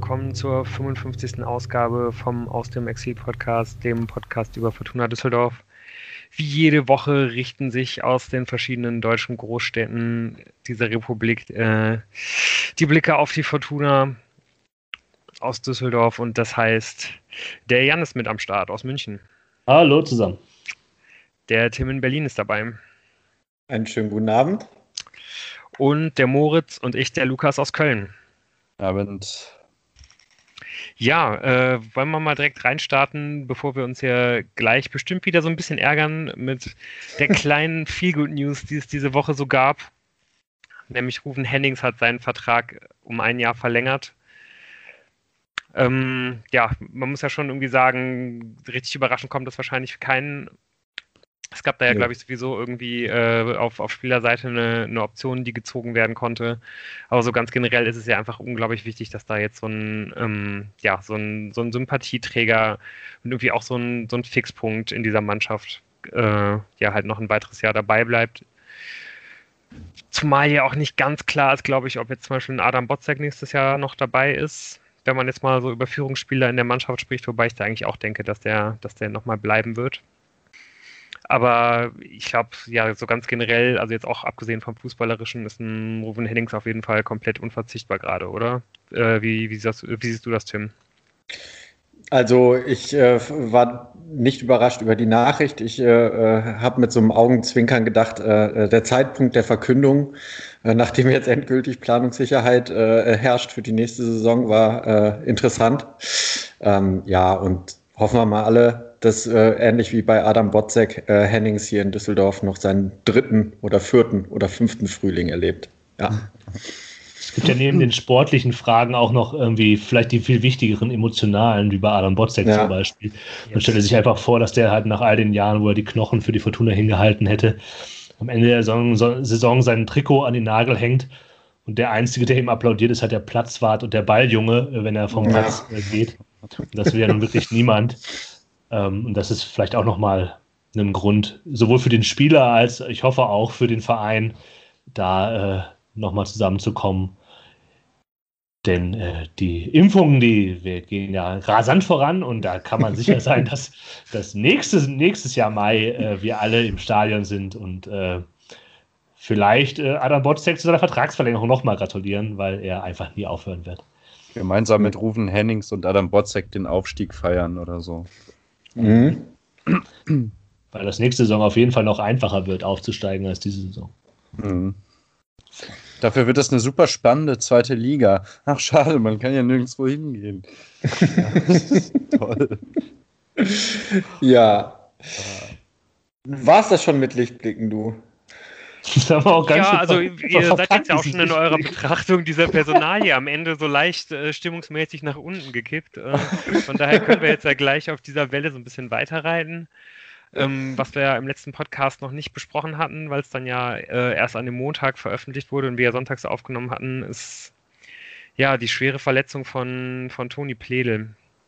willkommen zur 55. Ausgabe vom Aus dem Exil-Podcast, dem Podcast über Fortuna Düsseldorf. Wie jede Woche richten sich aus den verschiedenen deutschen Großstädten dieser Republik die Blicke auf die Fortuna aus Düsseldorf, und das heißt, der Jan ist mit am Start aus München. Hallo zusammen. Der Tim in Berlin ist dabei. Einen schönen guten Abend. Und der Moritz und ich, der Lukas aus Köln. Abend. Ja, wollen wir mal direkt reinstarten, bevor wir uns hier gleich bestimmt wieder so ein bisschen ärgern mit der kleinen Feel-Good-News, die es diese Woche so gab. Nämlich Ruven Hennings hat seinen Vertrag um ein Jahr verlängert. Man muss ja schon irgendwie sagen, richtig überraschend kommt das wahrscheinlich für keinen. Es gab da ja, glaube ich, sowieso irgendwie auf Spielerseite eine Option, die gezogen werden konnte. Aber so ganz generell ist es ja einfach unglaublich wichtig, dass da jetzt so ein Sympathieträger und irgendwie auch so ein Fixpunkt in dieser Mannschaft halt noch ein weiteres Jahr dabei bleibt. Zumal ja auch nicht ganz klar ist, glaube ich, ob jetzt zum Beispiel ein Adam Botzek nächstes Jahr noch dabei ist, wenn man jetzt mal so über Führungsspieler in der Mannschaft spricht, wobei ich da eigentlich auch denke, dass der nochmal bleiben wird. Aber ich glaube, ja, so ganz generell, also jetzt auch abgesehen vom Fußballerischen, ist ein Ruven Hennings auf jeden Fall komplett unverzichtbar gerade, oder? Wie siehst du das, Tim? Also ich war nicht überrascht über die Nachricht. Ich habe mit so einem Augenzwinkern gedacht, der Zeitpunkt der Verkündung, nachdem jetzt endgültig Planungssicherheit herrscht für die nächste Saison, war interessant. Und hoffen wir mal alle, dass ähnlich wie bei Adam Botzek Hennings hier in Düsseldorf noch seinen 3. oder 4. oder 5. Frühling erlebt. Ja. Es gibt ja neben den sportlichen Fragen auch noch irgendwie vielleicht die viel wichtigeren emotionalen, wie bei Adam Botzek zum Beispiel. Man stelle sich einfach vor, dass der halt nach all den Jahren, wo er die Knochen für die Fortuna hingehalten hätte, am Ende der Saison sein Trikot an den Nagel hängt und der Einzige, der ihm applaudiert, ist halt der Platzwart und der Balljunge, wenn er vom Platz geht. Das will ja nun wirklich niemand. Und das ist vielleicht auch nochmal ein Grund, sowohl für den Spieler als ich hoffe auch für den Verein, da nochmal zusammenzukommen. Denn die Impfungen, wir gehen ja rasant voran und da kann man sicher sein, dass das nächstes Jahr Mai wir alle im Stadion sind und vielleicht Adam Botzek zu seiner Vertragsverlängerung nochmal gratulieren, weil er einfach nie aufhören wird. Gemeinsam mit Ruven Hennings und Adam Botzek den Aufstieg feiern oder so. Mhm. Weil das nächste Saison auf jeden Fall noch einfacher wird, aufzusteigen als diese Saison. Mhm. Dafür wird das eine super spannende zweite Liga. Ach, schade, man kann ja nirgendwo hingehen. Toll. Ja. War's das schon mit Lichtblicken, du? Ihr seid jetzt ja auch schon in eurer Betrachtung dieser Personalie am Ende so leicht stimmungsmäßig nach unten gekippt. Von daher können wir jetzt ja gleich auf dieser Welle so ein bisschen weiterreiten. Was wir ja im letzten Podcast noch nicht besprochen hatten, weil es dann ja erst an dem Montag veröffentlicht wurde und wir ja sonntags aufgenommen hatten, ist ja die schwere Verletzung von Toni Pleedl.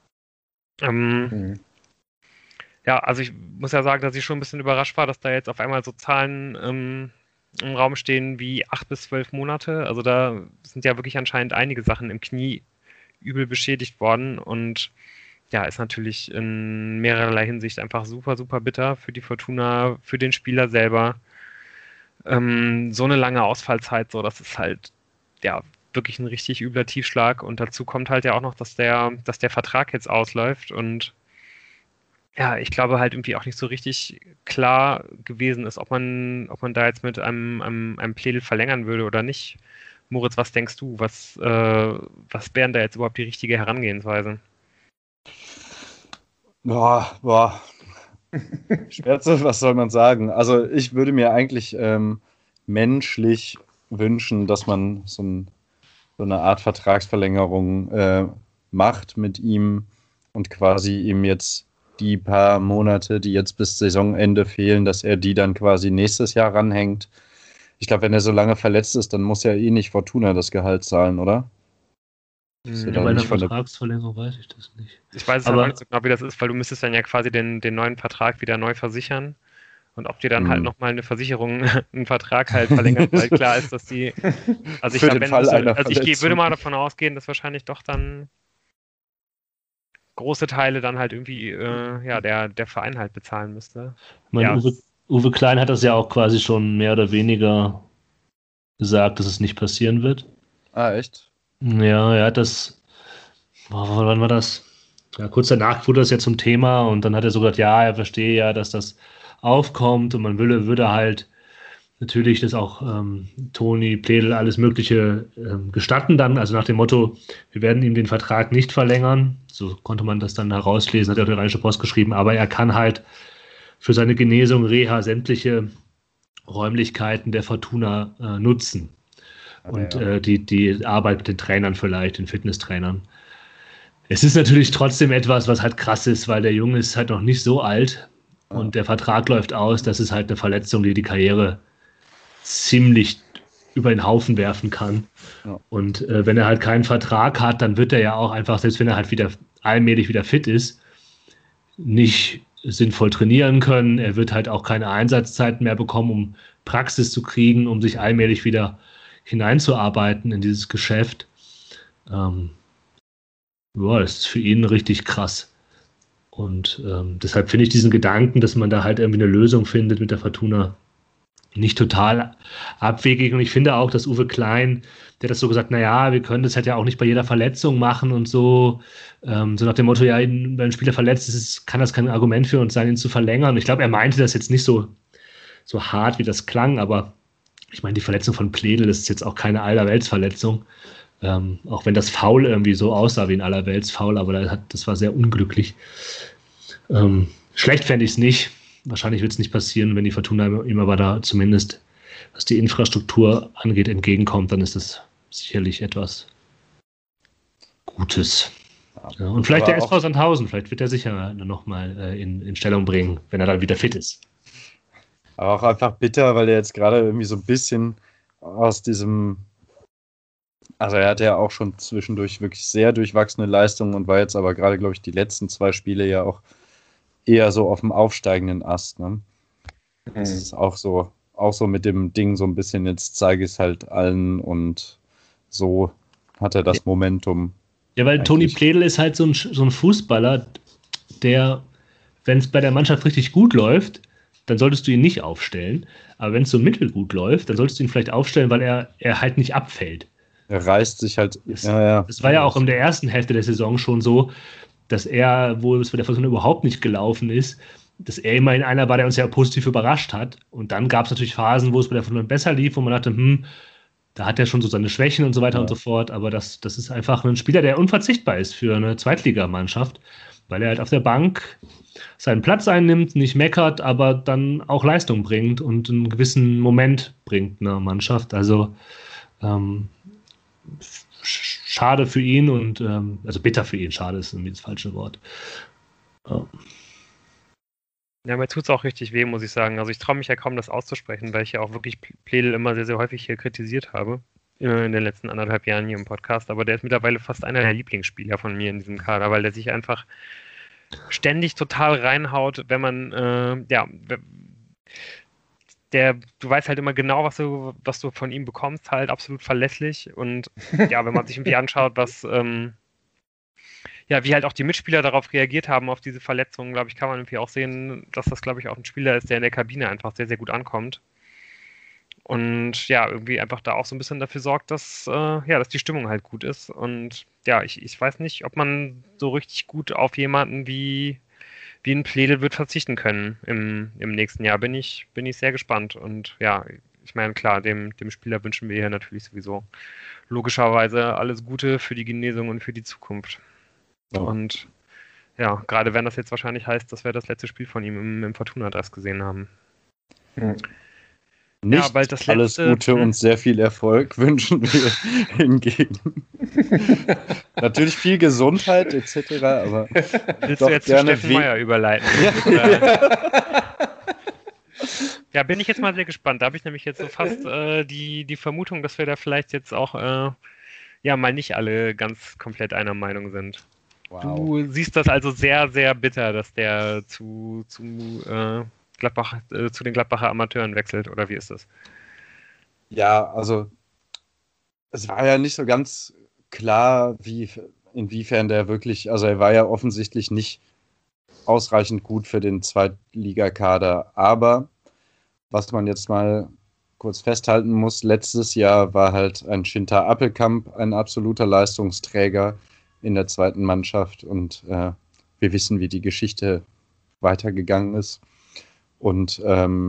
Ja, also ich muss ja sagen, dass ich schon ein bisschen überrascht war, dass da jetzt auf einmal so Zahlen im Raum stehen wie 8 bis 12 Monate. Also da sind ja wirklich anscheinend einige Sachen im Knie übel beschädigt worden und ja, ist natürlich in mehrerlei Hinsicht einfach super, super bitter für die Fortuna, für den Spieler selber. So eine lange Ausfallzeit, so, das ist halt ja wirklich ein richtig übler Tiefschlag und dazu kommt halt ja auch noch, dass der Vertrag jetzt ausläuft und ja, ich glaube halt irgendwie auch nicht so richtig klar gewesen ist, ob man da jetzt mit einem Pleedl verlängern würde oder nicht. Moritz, was denkst du? Was wären da jetzt überhaupt die richtige Herangehensweise? Boah. Schwärze, was soll man sagen? Also ich würde mir eigentlich menschlich wünschen, dass man so eine Art Vertragsverlängerung macht mit ihm und quasi ihm jetzt die paar Monate, die jetzt bis Saisonende fehlen, dass er die dann quasi nächstes Jahr ranhängt. Ich glaube, wenn er so lange verletzt ist, dann muss ja nicht Fortuna das Gehalt zahlen, oder? Ja, bei einer Vertragsverlängerung weiß ich das nicht. Ich weiß es aber nicht so genau, wie das ist, weil du müsstest dann ja quasi den neuen Vertrag wieder neu versichern. Und ob dir dann halt nochmal eine Versicherung einen Vertrag halt verlängert, weil klar ist, dass die. Also ich glaube, würde mal davon ausgehen, dass wahrscheinlich doch dann große Teile dann halt irgendwie der Verein halt bezahlen müsste. Ich meine, Uwe Klein hat das ja auch quasi schon mehr oder weniger gesagt, dass es nicht passieren wird. Ah, echt? Ja, er hat das, wann war das? Ja, kurz danach wurde das ja zum Thema und dann hat er so gesagt, ja, er verstehe ja, dass das aufkommt und man würde halt natürlich das auch Toni, Pledl, alles Mögliche gestatten dann, also nach dem Motto, wir werden ihm den Vertrag nicht verlängern, so konnte man das dann herauslesen, hat er auch die Rheinische Post geschrieben, aber er kann halt für seine Genesung, Reha, sämtliche Räumlichkeiten der Fortuna nutzen. Und die Arbeit mit den Trainern vielleicht, den Fitnesstrainern. Es ist natürlich trotzdem etwas, was halt krass ist, weil der Junge ist halt noch nicht so alt und der Vertrag läuft aus. Das ist halt eine Verletzung, die Karriere ziemlich über den Haufen werfen kann. Ja. Und wenn er halt keinen Vertrag hat, dann wird er ja auch einfach, selbst wenn er halt wieder allmählich wieder fit ist, nicht sinnvoll trainieren können. Er wird halt auch keine Einsatzzeiten mehr bekommen, um Praxis zu kriegen, um sich allmählich wieder hineinzuarbeiten in dieses Geschäft. Das ist für ihn richtig krass. Und deshalb finde ich diesen Gedanken, dass man da halt irgendwie eine Lösung findet mit der Fortuna, nicht total abwegig. Und ich finde auch, dass Uwe Klein, der hat das so gesagt, naja, wir können das halt ja auch nicht bei jeder Verletzung machen und so. So nach dem Motto, ja, wenn ein Spieler verletzt ist, kann das kein Argument für uns sein, ihn zu verlängern. Ich glaube, er meinte das jetzt nicht so hart, wie das klang, aber ich meine, die Verletzung von Pledl ist jetzt auch keine Allerweltsverletzung. Auch wenn das Foul irgendwie so aussah wie ein Allerweltsfoul, aber das war sehr unglücklich. Schlecht fände ich es nicht. Wahrscheinlich wird es nicht passieren, wenn die Fortuna ihm aber da zumindest, was die Infrastruktur angeht, entgegenkommt, dann ist das sicherlich etwas Gutes. Ja, und vielleicht der SV Sandhausen, vielleicht wird er sicher nochmal in Stellung bringen, wenn er dann wieder fit ist. Aber auch einfach bitter, weil er jetzt gerade irgendwie so ein bisschen aus diesem, also er hatte ja auch schon zwischendurch wirklich sehr durchwachsene Leistungen und war jetzt aber gerade, glaube ich, die letzten 2 Spiele ja auch eher so auf dem aufsteigenden Ast. Ne? Das ist auch so mit dem Ding so ein bisschen, jetzt zeige ich es halt allen und so hat er das Momentum. Ja, weil Toni Pledl ist halt so ein Fußballer, der, wenn es bei der Mannschaft richtig gut läuft, dann solltest du ihn nicht aufstellen. Aber wenn es so mittelgut läuft, dann solltest du ihn vielleicht aufstellen, weil er halt nicht abfällt. Er reißt sich halt. Das war ja auch in der ersten Hälfte der Saison schon so, dass er, wo es bei der Fortuna überhaupt nicht gelaufen ist, dass er immerhin einer war, der uns ja positiv überrascht hat. Und dann gab es natürlich Phasen, wo es bei der Fortuna besser lief, wo man dachte, da hat er schon so seine Schwächen und so weiter und so fort. Aber das ist einfach ein Spieler, der unverzichtbar ist für eine Zweitligamannschaft, weil er halt auf der Bank seinen Platz einnimmt, nicht meckert, aber dann auch Leistung bringt und einen gewissen Moment bringt einer Mannschaft. Also schade für ihn und also bitter für ihn, schade ist irgendwie das falsche Wort. Ja, mir tut es auch richtig weh, muss ich sagen. Also ich traue mich ja kaum, das auszusprechen, weil ich ja auch wirklich Pledl immer sehr, sehr häufig hier kritisiert habe in den letzten 1,5 Jahren hier im Podcast. Aber der ist mittlerweile fast einer der Lieblingsspieler von mir in diesem Kader, weil der sich einfach ständig total reinhaut, wenn man, du weißt halt immer genau, was du von ihm bekommst, halt absolut verlässlich. Und ja, wenn man sich irgendwie anschaut, wie halt auch die Mitspieler darauf reagiert haben, auf diese Verletzungen, glaube ich, kann man irgendwie auch sehen, dass das, glaube ich, auch ein Spieler ist, der in der Kabine einfach sehr, sehr gut ankommt. Und ja, irgendwie einfach da auch so ein bisschen dafür sorgt, dass die Stimmung halt gut ist. Und ja, ich weiß nicht, ob man so richtig gut auf jemanden wie ein Pledl wird verzichten können im nächsten Jahr. Bin ich sehr gespannt. Und ja, ich meine, klar, dem Spieler wünschen wir hier natürlich sowieso logischerweise alles Gute für die Genesung und für die Zukunft. Ja. Und ja, gerade wenn das jetzt wahrscheinlich heißt, dass wir das letzte Spiel von ihm im Fortuna-Dress gesehen haben. Nicht bald das alles Gute und sehr viel Erfolg wünschen wir hingegen. Natürlich viel Gesundheit etc., aber willst du jetzt zu Steffen Meyer überleiten? Ja, bin ich jetzt mal sehr gespannt. Da habe ich nämlich jetzt so fast die Vermutung, dass wir da vielleicht jetzt auch mal nicht alle ganz komplett einer Meinung sind. Wow. Du siehst das also sehr, sehr bitter, dass der zu den Gladbacher Amateuren wechselt, oder wie ist das? Ja, also es war ja nicht so ganz klar, wie inwiefern der wirklich, also er war ja offensichtlich nicht ausreichend gut für den Zweitligakader, aber was man jetzt mal kurz festhalten muss, letztes Jahr war halt ein Shinta Appelkamp ein absoluter Leistungsträger in der zweiten Mannschaft und wir wissen, wie die Geschichte weitergegangen ist. Und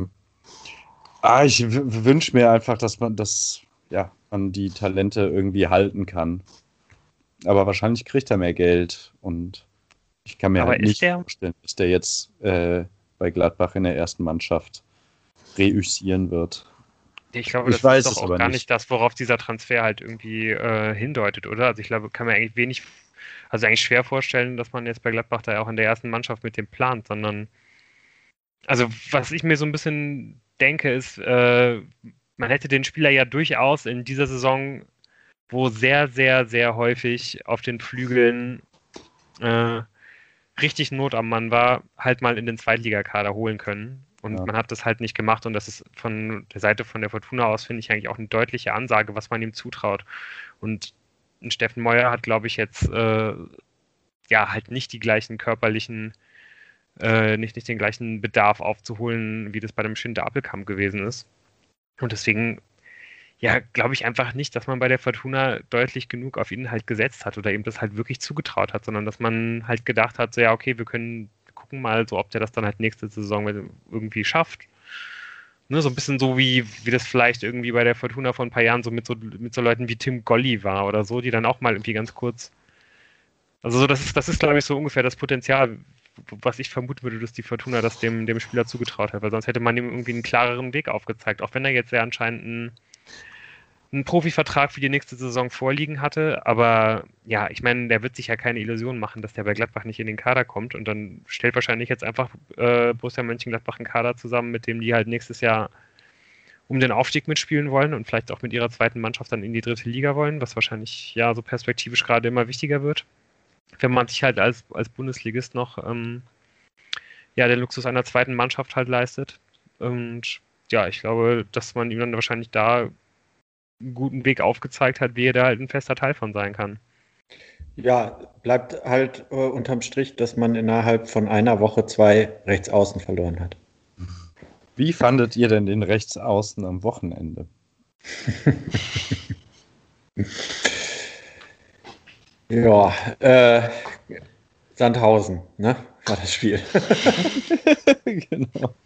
ich wünsche mir einfach, dass man die Talente irgendwie halten kann. Aber wahrscheinlich kriegt er mehr Geld und ich kann mir halt nicht vorstellen, dass der jetzt bei Gladbach in der ersten Mannschaft reüssieren wird. Ich glaube, das ist doch auch gar nicht das, worauf dieser Transfer halt irgendwie hindeutet, oder? Also ich glaube, kann mir eigentlich eigentlich schwer vorstellen, dass man jetzt bei Gladbach da auch in der ersten Mannschaft mit dem plant, sondern also was ich mir so ein bisschen denke, ist, man hätte den Spieler ja durchaus in dieser Saison, wo sehr, sehr, sehr häufig auf den Flügeln richtig Not am Mann war, halt mal in den Zweitligakader holen können. Und man hat das halt nicht gemacht und das ist von der Seite von der Fortuna aus, finde ich, eigentlich auch eine deutliche Ansage, was man ihm zutraut. Und Steffen Meuer hat, glaube ich, jetzt halt nicht die gleichen körperlichen, nicht den gleichen Bedarf aufzuholen, wie das bei dem Shinta Appelkamp gewesen ist. Und deswegen, glaube ich einfach nicht, dass man bei der Fortuna deutlich genug auf ihn halt gesetzt hat oder ihm das halt wirklich zugetraut hat, sondern dass man halt gedacht hat, so okay, wir gucken mal, so ob der das dann halt nächste Saison irgendwie schafft. Ne, so ein bisschen so wie das vielleicht irgendwie bei der Fortuna vor ein paar Jahren so mit so Leuten wie Tim Golli war oder so, die dann auch mal irgendwie ganz kurz. Also so, das ist, glaube ich, so ungefähr das Potenzial, was ich vermuten würde, dass die Fortuna das dem Spieler zugetraut hat, weil sonst hätte man ihm irgendwie einen klareren Weg aufgezeigt, auch wenn er jetzt ja anscheinend einen Profivertrag für die nächste Saison vorliegen hatte, aber ich meine, der wird sich ja keine Illusion machen, dass der bei Gladbach nicht in den Kader kommt und dann stellt wahrscheinlich jetzt einfach Borussia Mönchengladbach einen Kader zusammen, mit dem die halt nächstes Jahr um den Aufstieg mitspielen wollen und vielleicht auch mit ihrer zweiten Mannschaft dann in die dritte Liga wollen, was wahrscheinlich so perspektivisch gerade immer wichtiger wird, wenn man sich halt als Bundesligist noch den Luxus einer zweiten Mannschaft halt leistet und ich glaube, dass man ihm dann wahrscheinlich da einen guten Weg aufgezeigt hat, wie er da halt ein fester Teil von sein kann. Ja, bleibt halt unterm Strich, dass man innerhalb von einer Woche 2 Rechtsaußen verloren hat. Wie fandet ihr denn den Rechtsaußen am Wochenende? Sandhausen, ne? War das Spiel. Genau.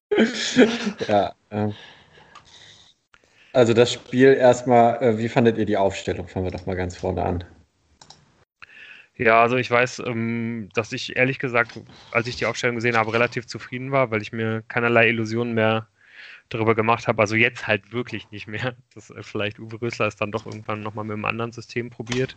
Also das Spiel erstmal, wie fandet ihr die Aufstellung? Fangen wir doch mal ganz vorne an. Ja, also ich weiß, dass ich ehrlich gesagt, als ich die Aufstellung gesehen habe, relativ zufrieden war, weil ich mir keinerlei Illusionen mehr darüber gemacht habe. Also jetzt halt wirklich nicht mehr. Dass vielleicht Uwe Rösler es dann doch irgendwann nochmal mit einem anderen System probiert.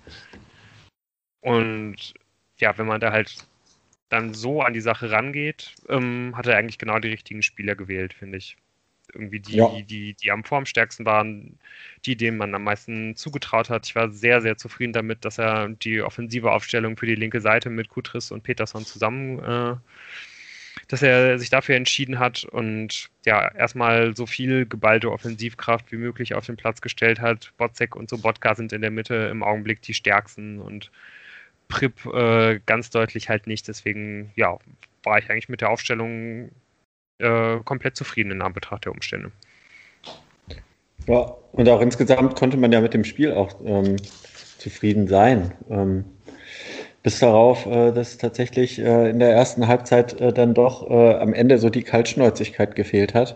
Und wenn man da halt dann so an die Sache rangeht, hat er eigentlich genau die richtigen Spieler gewählt, finde ich. Irgendwie die am formstärksten waren, die denen man am meisten zugetraut hat. Ich war sehr, sehr zufrieden damit, dass er die offensive Aufstellung für die linke Seite mit Kutris und Peterson zusammen, dass er sich dafür entschieden hat und erstmal so viel geballte Offensivkraft wie möglich auf den Platz gestellt hat. Botzek und Sobotka sind in der Mitte im Augenblick die stärksten und Prip ganz deutlich halt nicht. Deswegen war ich eigentlich mit der Aufstellung komplett zufrieden in Anbetracht der Umstände. Ja, und auch insgesamt konnte man ja mit dem Spiel auch zufrieden sein. Bis darauf, dass tatsächlich in der ersten Halbzeit dann doch am Ende so die Kaltschnäuzigkeit gefehlt hat.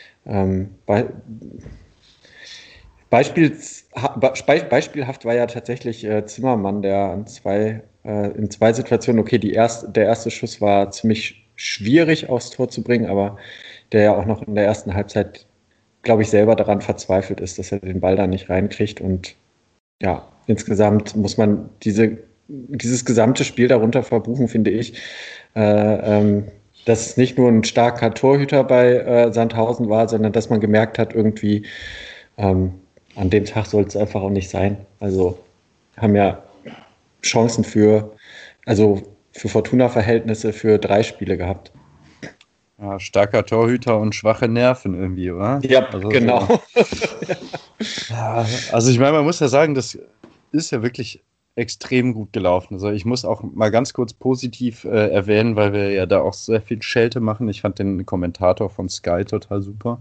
Beispielhaft war ja tatsächlich Zimmermann, der in zwei Situationen, der erste Schuss war ziemlich schwierig aufs Tor zu bringen, aber der ja auch noch in der ersten Halbzeit, glaube ich, selber daran verzweifelt ist, dass er den Ball da nicht reinkriegt. Und insgesamt muss man dieses gesamte Spiel darunter verbuchen, finde ich, dass es nicht nur ein starker Torhüter bei Sandhausen war, sondern dass man gemerkt hat, irgendwie an dem Tag soll es einfach auch nicht sein. Also haben ja Chancen für Fortuna-Verhältnisse für 3 Spiele gehabt. Ja, starker Torhüter und schwache Nerven irgendwie, oder? Ja, also genau. Also ich meine, man muss ja sagen, das ist ja wirklich extrem gut gelaufen. Also ich muss auch mal ganz kurz positiv erwähnen, weil wir ja da auch sehr viel Schelte machen. Ich fand den Kommentator von Sky total super.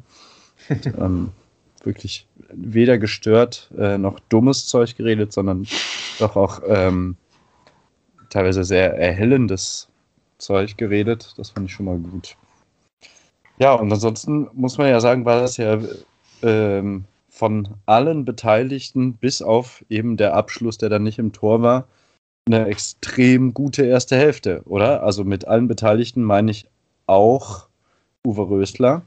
Wirklich weder gestört noch dummes Zeug geredet, sondern doch auch teilweise sehr erhellendes Zeug geredet. Das fand ich schon mal gut. Ja, und ansonsten muss man ja sagen, war das ja von allen Beteiligten, bis auf eben der Abschluss, der dann nicht im Tor war, eine extrem gute erste Hälfte, oder? Also mit allen Beteiligten meine ich auch Uwe Rösler,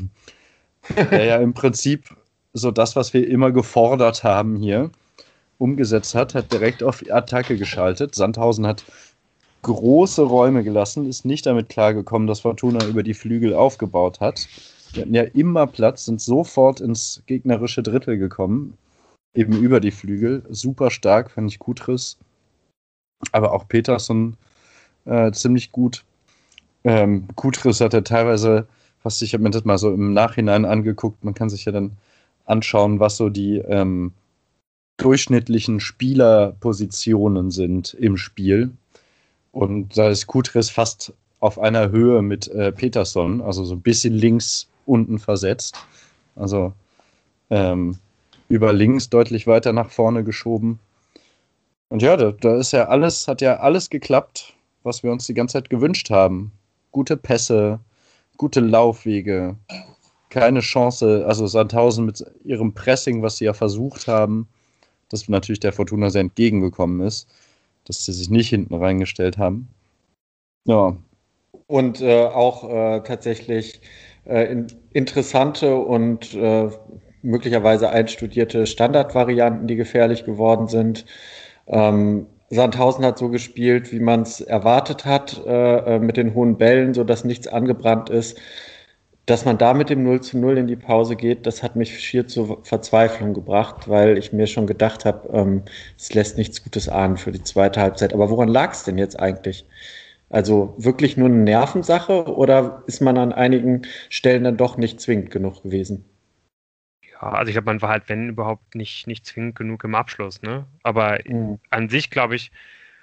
der ja im Prinzip so das, was wir immer gefordert haben hier, umgesetzt hat direkt auf Attacke geschaltet. Sandhausen hat große Räume gelassen, ist nicht damit klargekommen, dass Fortuna über die Flügel aufgebaut hat. Die hatten ja immer Platz, sind sofort ins gegnerische Drittel gekommen, eben über die Flügel. Super stark, fand ich Kutris. Aber auch Peterson ziemlich gut. Kutris hatte teilweise, ich habe mir das mal so im Nachhinein angeguckt, man kann sich ja dann anschauen, was so die durchschnittlichen Spielerpositionen sind im Spiel. Und da ist Kutris fast auf einer Höhe mit Peterson, also so ein bisschen links unten versetzt. Also über links deutlich weiter nach vorne geschoben. Und ja, da ist ja alles, hat ja alles geklappt, was wir uns die ganze Zeit gewünscht haben. Gute Pässe, gute Laufwege, keine Chance, also Sandhausen mit ihrem Pressing, was sie ja versucht haben, das natürlich der Fortuna sehr entgegengekommen ist, dass sie sich nicht hinten reingestellt haben. Ja. Und auch tatsächlich interessante und möglicherweise einstudierte Standardvarianten, die gefährlich geworden sind. Sandhausen hat so gespielt, wie man es erwartet hat, mit den hohen Bällen, sodass nichts angebrannt ist. Dass man da mit dem 0:0 in die Pause geht, das hat mich schier zur Verzweiflung gebracht, weil ich mir schon gedacht habe, es lässt nichts Gutes ahnen für die zweite Halbzeit. Aber woran lag es denn jetzt eigentlich? Also wirklich nur eine Nervensache oder ist man an einigen Stellen dann doch nicht zwingend genug gewesen? Ja, also ich glaube, man war halt, wenn überhaupt, nicht zwingend genug im Abschluss, ne? Aber an sich, glaube ich,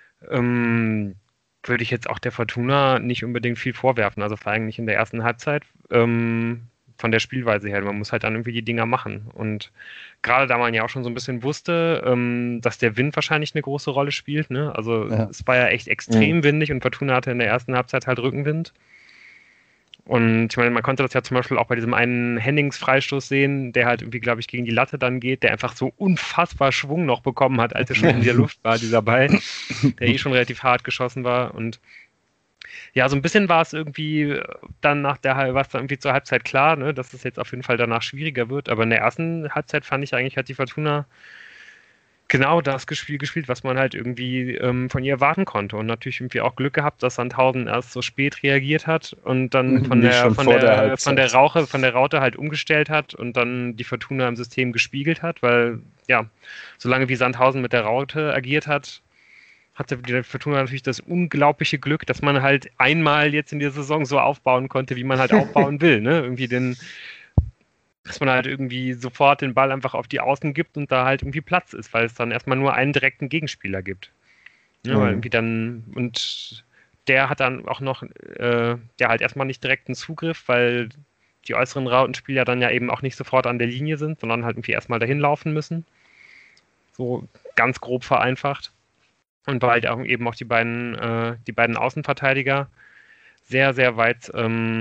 würde ich jetzt auch der Fortuna nicht unbedingt viel vorwerfen. Also vor allem nicht in der ersten Halbzeit. Von der Spielweise her. Man muss halt dann irgendwie die Dinger machen. Und gerade da man ja auch schon so ein bisschen wusste, dass der Wind wahrscheinlich eine große Rolle spielt, ne? Also es war ja echt extrem windig und Fortuna hatte in der ersten Halbzeit halt Rückenwind. Und ich meine, man konnte das ja zum Beispiel auch bei diesem einen Hennings-Freistoß sehen, der halt irgendwie, glaube ich, gegen die Latte dann geht, der einfach so unfassbar Schwung noch bekommen hat, als er schon in der Luft war, dieser Ball, der schon relativ hart geschossen war. Und ja, so ein bisschen war es irgendwie dann war es dann irgendwie zur Halbzeit klar, ne, dass es jetzt auf jeden Fall danach schwieriger wird. Aber in der ersten Halbzeit fand ich eigentlich, hat die Fortuna genau das gespielt, was man halt irgendwie von ihr erwarten konnte. Und natürlich irgendwie auch Glück gehabt, dass Sandhausen erst so spät reagiert hat und dann von der Raute halt umgestellt hat und dann die Fortuna im System gespiegelt hat, weil ja, solange wie Sandhausen mit der Raute agiert hat, hatte die Fortuna natürlich das unglaubliche Glück, dass man halt einmal jetzt in der Saison so aufbauen konnte, wie man halt aufbauen will, ne? Irgendwie dass man halt irgendwie sofort den Ball einfach auf die Außen gibt und da halt irgendwie Platz ist, weil es dann erstmal nur einen direkten Gegenspieler gibt. Ja, weil irgendwie dann, und der hat dann auch noch, der halt erstmal nicht direkten Zugriff, weil die äußeren Rautenspieler dann ja eben auch nicht sofort an der Linie sind, sondern halt irgendwie erstmal dahin laufen müssen. So ganz grob vereinfacht. Und weil halt auch eben auch die beiden Außenverteidiger sehr, sehr weit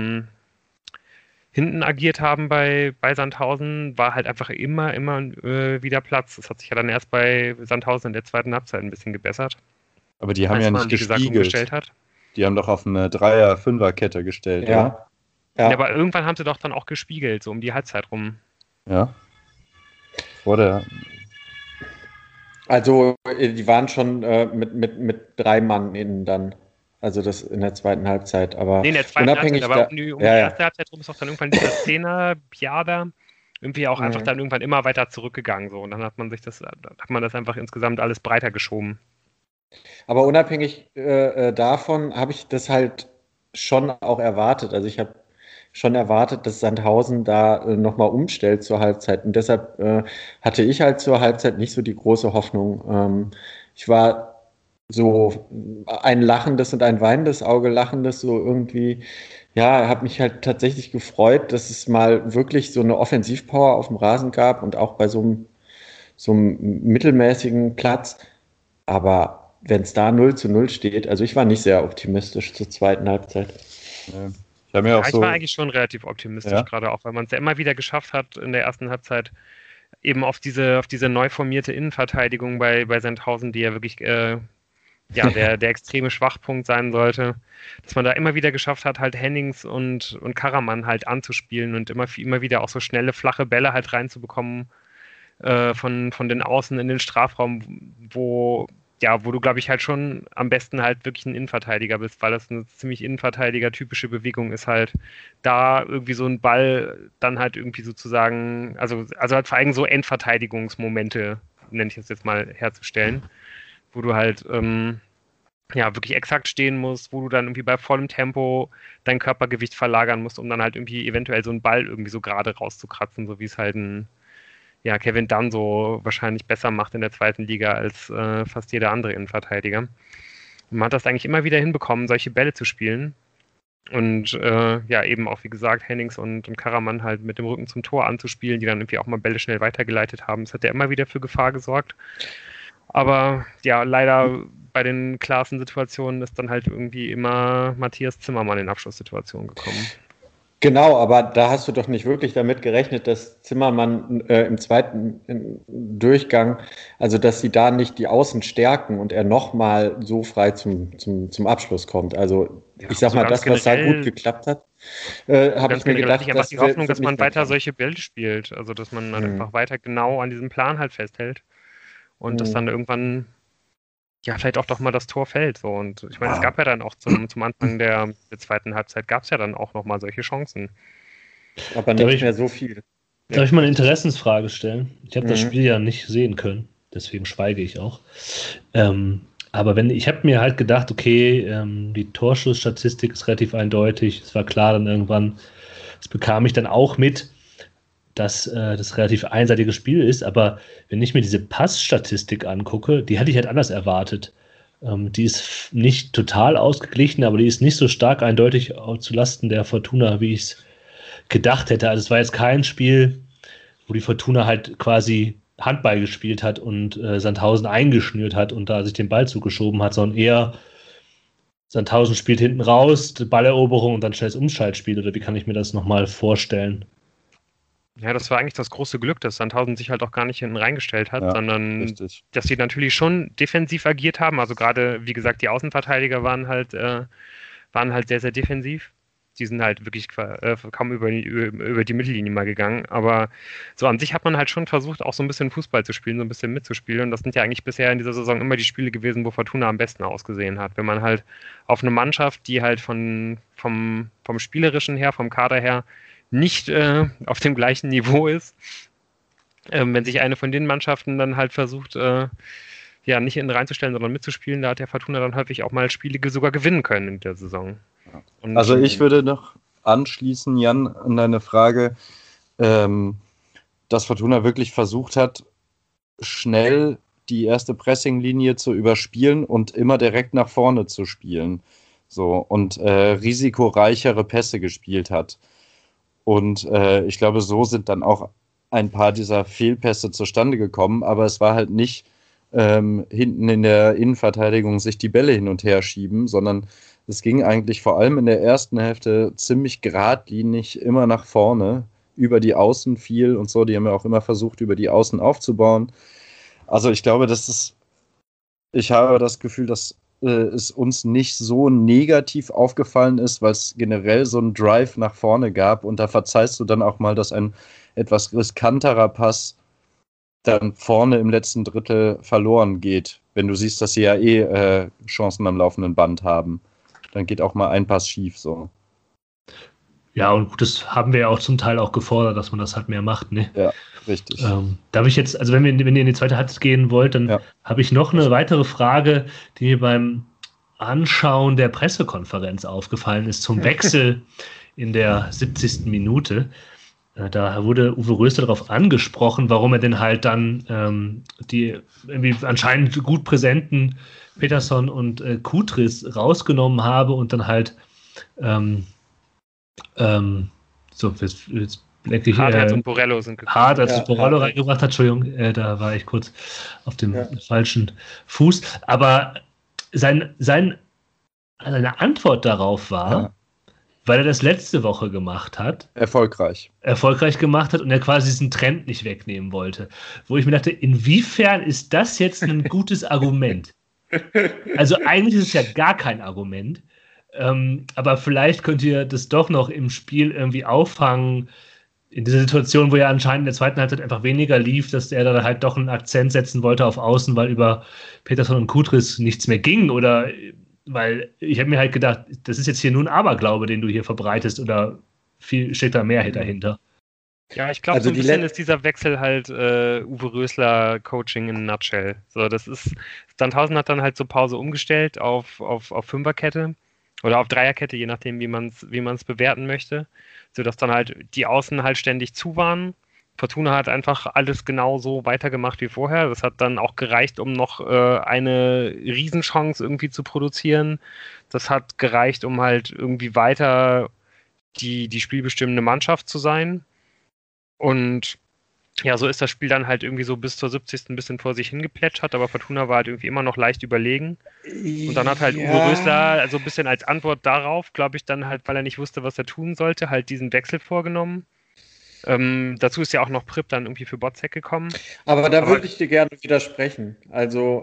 hinten agiert haben bei Sandhausen, war halt einfach immer wieder Platz. Das hat sich ja dann erst bei Sandhausen in der zweiten Halbzeit ein bisschen gebessert. Aber die haben ja nicht gespiegelt. Die haben doch auf eine 3er-5er-Kette gestellt. Ja. Ja, aber irgendwann haben sie doch dann auch gespiegelt, so um die Halbzeit rum. Ja. Vor der... Also die waren schon mit 3 Mann innen dann. Also das in der zweiten Halbzeit, aber in der zweiten Halbzeit, aber um die erste Halbzeit rum ist auch dann irgendwann dieser Zehner Biada irgendwie auch einfach dann irgendwann immer weiter zurückgegangen, so, und dann hat man das einfach insgesamt alles breiter geschoben. Aber unabhängig davon habe ich das halt schon auch erwartet. Also ich habe schon erwartet, dass Sandhausen da nochmal umstellt zur Halbzeit. Und deshalb hatte ich halt zur Halbzeit nicht so die große Hoffnung, Ich war so ein lachendes und ein weinendes Auge, lachendes, so irgendwie. Ja, habe mich halt tatsächlich gefreut, dass es mal wirklich so eine Offensivpower auf dem Rasen gab und auch bei so einem mittelmäßigen Platz. Aber wenn es da 0:0 steht, also ich war nicht sehr optimistisch zur zweiten Halbzeit. Ich habe mir auch ich so. war eigentlich schon relativ optimistisch, gerade auch, weil man es ja immer wieder geschafft hat, in der ersten Halbzeit eben auf diese neu formierte Innenverteidigung bei Sandhausen, die ja wirklich der extreme Schwachpunkt sein sollte, dass man da immer wieder geschafft hat, halt Hennings und Karaman halt anzuspielen und immer wieder auch so schnelle, flache Bälle halt reinzubekommen von den Außen in den Strafraum, wo du, glaube ich, halt schon am besten halt wirklich ein Innenverteidiger bist, weil das eine ziemlich Innenverteidiger-typische Bewegung ist, halt da irgendwie so ein Ball dann halt irgendwie sozusagen, also halt vor allem so Endverteidigungsmomente, nenne ich das jetzt mal, herzustellen, wo du halt wirklich exakt stehen musst, wo du dann irgendwie bei vollem Tempo dein Körpergewicht verlagern musst, um dann halt irgendwie eventuell so einen Ball irgendwie so gerade rauszukratzen, so wie es halt Kevin Dunn so wahrscheinlich besser macht in der zweiten Liga als fast jeder andere Innenverteidiger. Und man hat das eigentlich immer wieder hinbekommen, solche Bälle zu spielen. Und eben auch, wie gesagt, Hennings und Karaman halt mit dem Rücken zum Tor anzuspielen, die dann irgendwie auch mal Bälle schnell weitergeleitet haben. Das hat ja immer wieder für Gefahr gesorgt. Aber ja, leider bei den Klassensituationen ist dann halt irgendwie immer Matthias Zimmermann in Abschlusssituationen gekommen. Genau, aber da hast du doch nicht wirklich damit gerechnet, dass Zimmermann im zweiten Durchgang, also dass sie da nicht die Außen stärken und er nochmal so frei zum Abschluss kommt. Also ich sag mal, das, was da gut geklappt hat, habe ich mir gedacht, einfach die Hoffnung, dass man weiter solche Bälle spielt, also dass man dann einfach weiter genau an diesem Plan halt festhält und dass dann irgendwann vielleicht auch doch mal das Tor fällt. So. Und ich meine, es gab ja dann auch zum Anfang der zweiten Halbzeit gab es ja dann auch nochmal solche Chancen. Aber nicht mehr so viel. Darf ich mal eine Interessensfrage stellen? Ich habe das Spiel ja nicht sehen können, deswegen schweige ich auch. Aber ich habe mir halt gedacht, okay, die Torschussstatistik ist relativ eindeutig. Es war klar dann irgendwann, das bekam ich dann auch mit, dass das relativ einseitiges Spiel ist, aber wenn ich mir diese Passstatistik angucke, die hätte ich halt anders erwartet. Die ist nicht total ausgeglichen, aber die ist nicht so stark eindeutig zu Lasten der Fortuna, wie ich es gedacht hätte. Also es war jetzt kein Spiel, wo die Fortuna halt quasi Handball gespielt hat und Sandhausen eingeschnürt hat und da sich den Ball zugeschoben hat, sondern eher Sandhausen spielt hinten raus, die Balleroberung und dann schnelles Umschaltspiel, oder wie kann ich mir das nochmal vorstellen? Ja, das war eigentlich das große Glück, dass Sandhausen sich halt auch gar nicht hinten reingestellt hat, sondern dass sie natürlich schon defensiv agiert haben. Also gerade, wie gesagt, die Außenverteidiger waren halt sehr, sehr defensiv. Die sind halt wirklich kaum über die Mittellinie mal gegangen. Aber so an sich hat man halt schon versucht, auch so ein bisschen Fußball zu spielen, so ein bisschen mitzuspielen. Und das sind ja eigentlich bisher in dieser Saison immer die Spiele gewesen, wo Fortuna am besten ausgesehen hat. Wenn man halt auf eine Mannschaft, die halt vom Spielerischen her, vom Kader her, nicht auf dem gleichen Niveau ist. Wenn sich eine von den Mannschaften dann halt versucht, nicht hinten reinzustellen, sondern mitzuspielen, da hat der Fortuna dann häufig auch mal Spiele sogar gewinnen können in der Saison. Und also ich würde noch anschließen, Jan, an deine Frage, dass Fortuna wirklich versucht hat, schnell die erste Pressinglinie zu überspielen und immer direkt nach vorne zu spielen. So, und risikoreichere Pässe gespielt hat. Und ich glaube, so sind dann auch ein paar dieser Fehlpässe zustande gekommen, aber es war halt nicht hinten in der Innenverteidigung sich die Bälle hin und her schieben, sondern es ging eigentlich vor allem in der ersten Hälfte ziemlich geradlinig immer nach vorne, über die Außen viel und so. Die haben ja auch immer versucht, über die Außen aufzubauen. Also ich glaube, ich habe das Gefühl, dass es uns nicht so negativ aufgefallen ist, weil es generell so einen Drive nach vorne gab und da verzeihst du dann auch mal, dass ein etwas riskanterer Pass dann vorne im letzten Drittel verloren geht, wenn du siehst, dass sie ja Chancen am laufenden Band haben. Dann geht auch mal ein Pass schief, so. Ja, und gut, das haben wir ja auch zum Teil auch gefordert, dass man das halt mehr macht, ne? Ja, richtig. Darf ich jetzt, also wenn ihr in die zweite Halbzeit gehen wollt, dann habe ich noch eine weitere Frage, die mir beim Anschauen der Pressekonferenz aufgefallen ist, zum Wechsel in der 70. Minute. Da wurde Uwe Rösler darauf angesprochen, warum er denn halt dann die irgendwie anscheinend gut präsenten Peterson und Kutris rausgenommen habe und dann halt jetzt denke ich, Hartherz und Borello sind gekommen. Hartherz und Borello reingebracht hat, Entschuldigung, da war ich kurz auf dem falschen Fuß. Aber seine Antwort darauf war, weil er das letzte Woche gemacht hat. Erfolgreich gemacht hat und er quasi diesen Trend nicht wegnehmen wollte. Wo ich mir dachte, inwiefern ist das jetzt ein gutes Argument? Also eigentlich ist es ja gar kein Argument. Aber vielleicht könnt ihr das doch noch im Spiel irgendwie auffangen, in dieser Situation, wo er anscheinend in der zweiten Halbzeit einfach weniger lief, dass er da halt doch einen Akzent setzen wollte auf Außen, weil über Peterson und Kutris nichts mehr ging oder weil ich habe mir halt gedacht, das ist jetzt hier nur ein Aberglaube, den du hier verbreitest oder steht da mehr dahinter? Ja, ich glaube, also so ein bisschen ist dieser Wechsel halt Uwe Rösler Coaching in a nutshell. So, das ist, Sandhausen hat dann halt so Pause umgestellt auf Fünferkette oder auf Dreierkette, je nachdem, wie man's bewerten möchte, sodass dann halt die Außen halt ständig zu waren. Fortuna hat einfach alles genau so weitergemacht wie vorher. Das hat dann auch gereicht, um noch eine Riesenchance irgendwie zu produzieren. Das hat gereicht, um halt irgendwie weiter die spielbestimmende Mannschaft zu sein. Und ja, so ist das Spiel dann halt irgendwie so bis zur 70. ein bisschen vor sich hingeplätschert, aber Fortuna war halt irgendwie immer noch leicht überlegen. Und dann hat halt Uwe Rösler, also ein bisschen als Antwort darauf, glaube ich, dann halt, weil er nicht wusste, was er tun sollte, halt diesen Wechsel vorgenommen. Dazu ist ja auch noch Pripp dann irgendwie für Botzek gekommen. Aber da würde ich dir gerne widersprechen. Also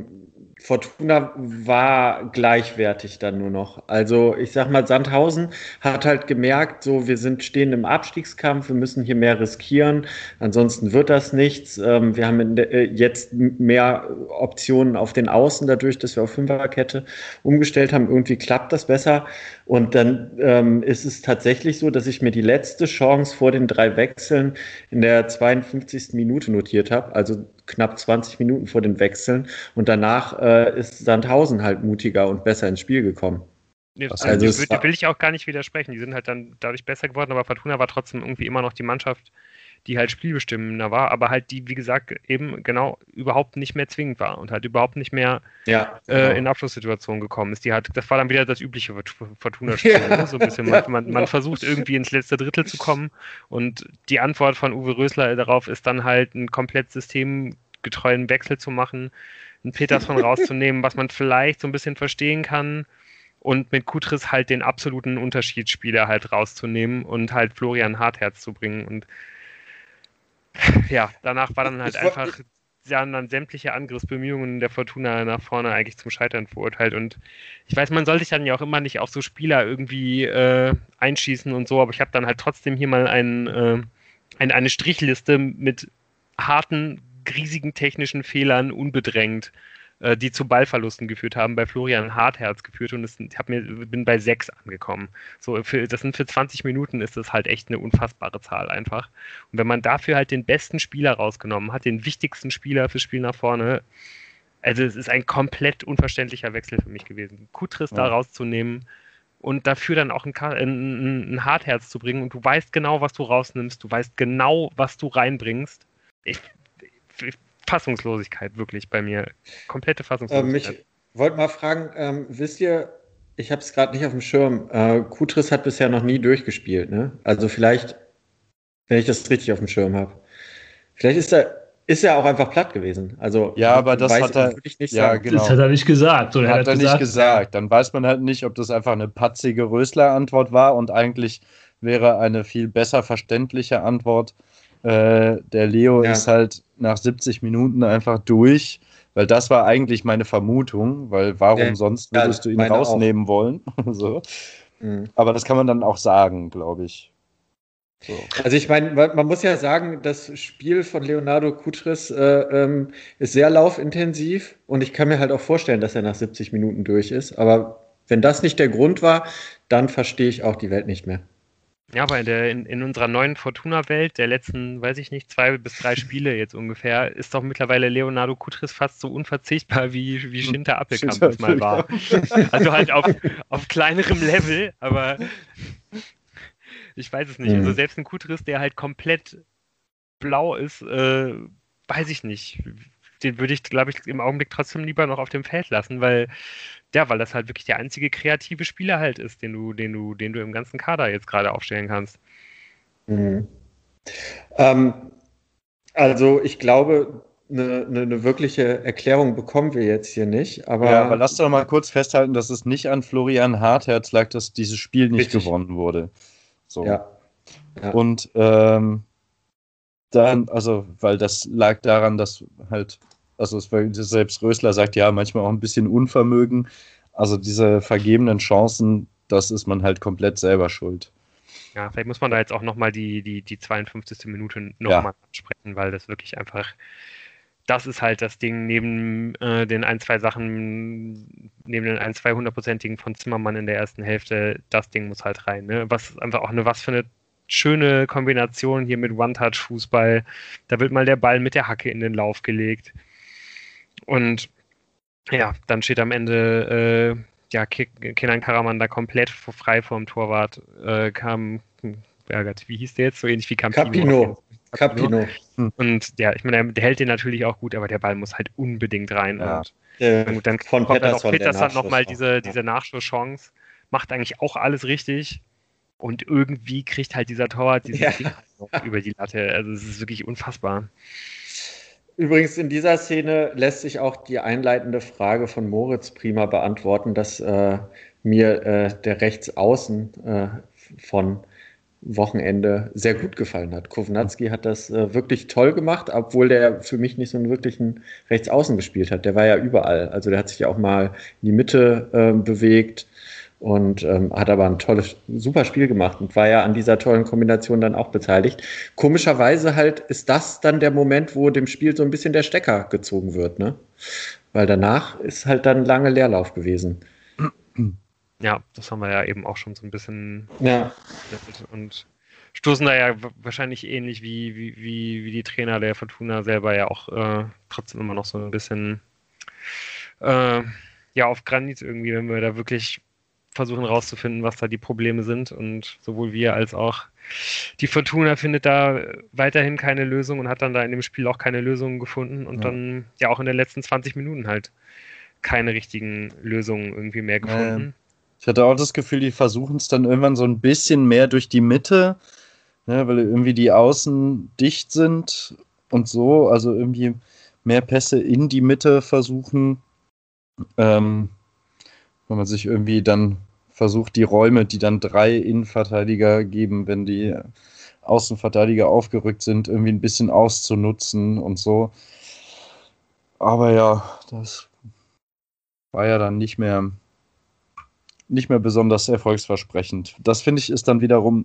Fortuna war gleichwertig dann nur noch. Also ich sag mal, Sandhausen hat halt gemerkt, so wir stehen im Abstiegskampf, wir müssen hier mehr riskieren, ansonsten wird das nichts. Wir haben jetzt mehr Optionen auf den Außen, dadurch, dass wir auf Fünferkette umgestellt haben. Irgendwie klappt das besser. Und dann ist es tatsächlich so, dass ich mir die letzte Chance vor den 3 Wechseln in der 52. Minute notiert habe, also knapp 20 Minuten vor den Wechseln. Und danach ist Sandhausen halt mutiger und besser ins Spiel gekommen. Also will ich auch gar nicht widersprechen. Die sind halt dann dadurch besser geworden, aber Fortuna war trotzdem irgendwie immer noch die Mannschaft, die halt spielbestimmender war, aber halt die, wie gesagt, eben genau überhaupt nicht mehr zwingend war und halt überhaupt nicht mehr in Abschlusssituationen gekommen ist. Das war dann wieder das übliche Fortuna-Spiel. Ne? So ein bisschen, man versucht irgendwie ins letzte Drittel zu kommen und die Antwort von Uwe Rösler darauf ist dann halt einen komplett systemgetreuen Wechsel zu machen, einen Peterson rauszunehmen, was man vielleicht so ein bisschen verstehen kann und mit Kutris halt den absoluten Unterschiedsspieler halt rauszunehmen und halt Florian Hartherz zu bringen und ja, danach war dann halt dann sämtliche Angriffsbemühungen der Fortuna nach vorne eigentlich zum Scheitern verurteilt. Und ich weiß, man soll sich dann ja auch immer nicht auf so Spieler irgendwie einschießen und so, aber ich habe dann halt trotzdem hier mal eine Strichliste mit harten, riesigen technischen Fehlern unbedrängt, die zu Ballverlusten geführt haben, bei Florian Hartherz geführt und bin bei 6 angekommen. So, für 20 Minuten ist das halt echt eine unfassbare Zahl einfach. Und wenn man dafür halt den besten Spieler rausgenommen hat, den wichtigsten Spieler fürs Spiel nach vorne, also es ist ein komplett unverständlicher Wechsel für mich gewesen. Kutris da rauszunehmen und dafür dann auch ein Hartherz zu bringen und du weißt genau, was du rausnimmst, du weißt genau, was du reinbringst. Fassungslosigkeit, wirklich bei mir. Komplette Fassungslosigkeit. Ich wollte mal fragen, wisst ihr, ich habe es gerade nicht auf dem Schirm, Kutris hat bisher noch nie durchgespielt, ne? Also vielleicht, wenn ich das richtig auf dem Schirm habe. Vielleicht ist er auch einfach platt gewesen. Also ja, aber das hat er nicht sagen. Genau. Das hat er nicht gesagt. Oder hat er nicht gesagt. Dann weiß man halt nicht, ob das einfach eine patzige Rösler-Antwort war und eigentlich wäre eine viel besser verständliche Antwort. Der Leo ist halt nach 70 Minuten einfach durch, weil das war eigentlich meine Vermutung, weil warum sonst würdest du ihn rausnehmen wollen? So. Aber das kann man dann auch sagen, glaube ich. So. Also ich meine, man muss ja sagen, das Spiel von Leonardo Kutris ist sehr laufintensiv und ich kann mir halt auch vorstellen, dass er nach 70 Minuten durch ist, aber wenn das nicht der Grund war, dann verstehe ich auch die Welt nicht mehr. Ja, aber in unserer neuen Fortuna-Welt, der letzten, weiß ich nicht, 2 bis 3 Spiele jetzt ungefähr, ist doch mittlerweile Leonardo Kutris fast so unverzichtbar wie Schinter Appelkamp das mal war. Also halt auf kleinerem Level, aber Ich weiß es nicht. Also selbst ein Kutriss, der halt komplett blau ist, weiß ich nicht. Den würde ich, glaube ich, im Augenblick trotzdem lieber noch auf dem Feld lassen, weil das halt wirklich der einzige kreative Spieler halt ist, den du im ganzen Kader jetzt gerade aufstellen kannst. Mhm. Also ich glaube, eine wirkliche Erklärung bekommen wir jetzt hier nicht. Aber lass doch mal kurz festhalten, dass es nicht an Florian Hartherz lag, dass dieses Spiel nicht richtig gewonnen wurde. So. Ja. Und dann, also, weil das lag daran, dass halt, also selbst Rösler sagt, ja, manchmal auch ein bisschen Unvermögen. Also diese vergebenen Chancen, das ist man halt komplett selber schuld. Ja, vielleicht muss man da jetzt auch nochmal die 52. Minute nochmal ansprechen, weil das wirklich einfach, das ist halt das Ding neben den ein, zwei Sachen, neben den ein, zwei hundertprozentigen von Zimmermann in der ersten Hälfte, das Ding muss halt rein. Ne? Was einfach auch was für eine schöne Kombination hier mit One-Touch-Fußball. Da wird mal der Ball mit der Hacke in den Lauf gelegt. Und ja, dann steht am Ende Kenan Karaman da komplett frei vorm Torwart. Wie hieß der jetzt? So ähnlich wie Capino. Und ja, ich meine, der hält den natürlich auch gut, aber der Ball muss halt unbedingt rein. Ja. Und dann von kommt halt auch Peterson nochmal diese Nachschusschance, macht eigentlich auch alles richtig. Und irgendwie kriegt halt dieser Torwart dieses Ding halt noch über die Latte. Also es ist wirklich unfassbar. Übrigens, in dieser Szene lässt sich auch die einleitende Frage von Moritz prima beantworten, dass mir der Rechtsaußen von Wochenende sehr gut gefallen hat. Kovnatski hat das wirklich toll gemacht, obwohl der für mich nicht so einen wirklichen Rechtsaußen gespielt hat. Der war ja überall. Also der hat sich ja auch mal in die Mitte bewegt und hat aber ein super Spiel gemacht und war ja an dieser tollen Kombination dann auch beteiligt. Komischerweise halt ist das dann der Moment, wo dem Spiel so ein bisschen der Stecker gezogen wird, ne? Weil danach ist halt dann lange Leerlauf gewesen. Ja, das haben wir ja eben auch schon so ein bisschen und stoßen da ja wahrscheinlich ähnlich wie die Trainer der Fortuna selber ja auch trotzdem immer noch so ein bisschen auf Granit irgendwie, wenn wir da wirklich versuchen rauszufinden, was da die Probleme sind, und sowohl wir als auch die Fortuna findet da weiterhin keine Lösung und hat dann da in dem Spiel auch keine Lösungen gefunden und dann ja auch in den letzten 20 Minuten halt keine richtigen Lösungen irgendwie mehr gefunden. Ich hatte auch das Gefühl, die versuchen es dann irgendwann so ein bisschen mehr durch die Mitte, ne, weil irgendwie die Außen dicht sind und so, also irgendwie mehr Pässe in die Mitte versuchen, wenn man sich irgendwie dann versucht, die Räume, die dann 3 Innenverteidiger geben, wenn die Außenverteidiger aufgerückt sind, irgendwie ein bisschen auszunutzen und so. Aber ja, das war ja dann nicht mehr besonders erfolgsversprechend. Das, finde ich, ist dann wiederum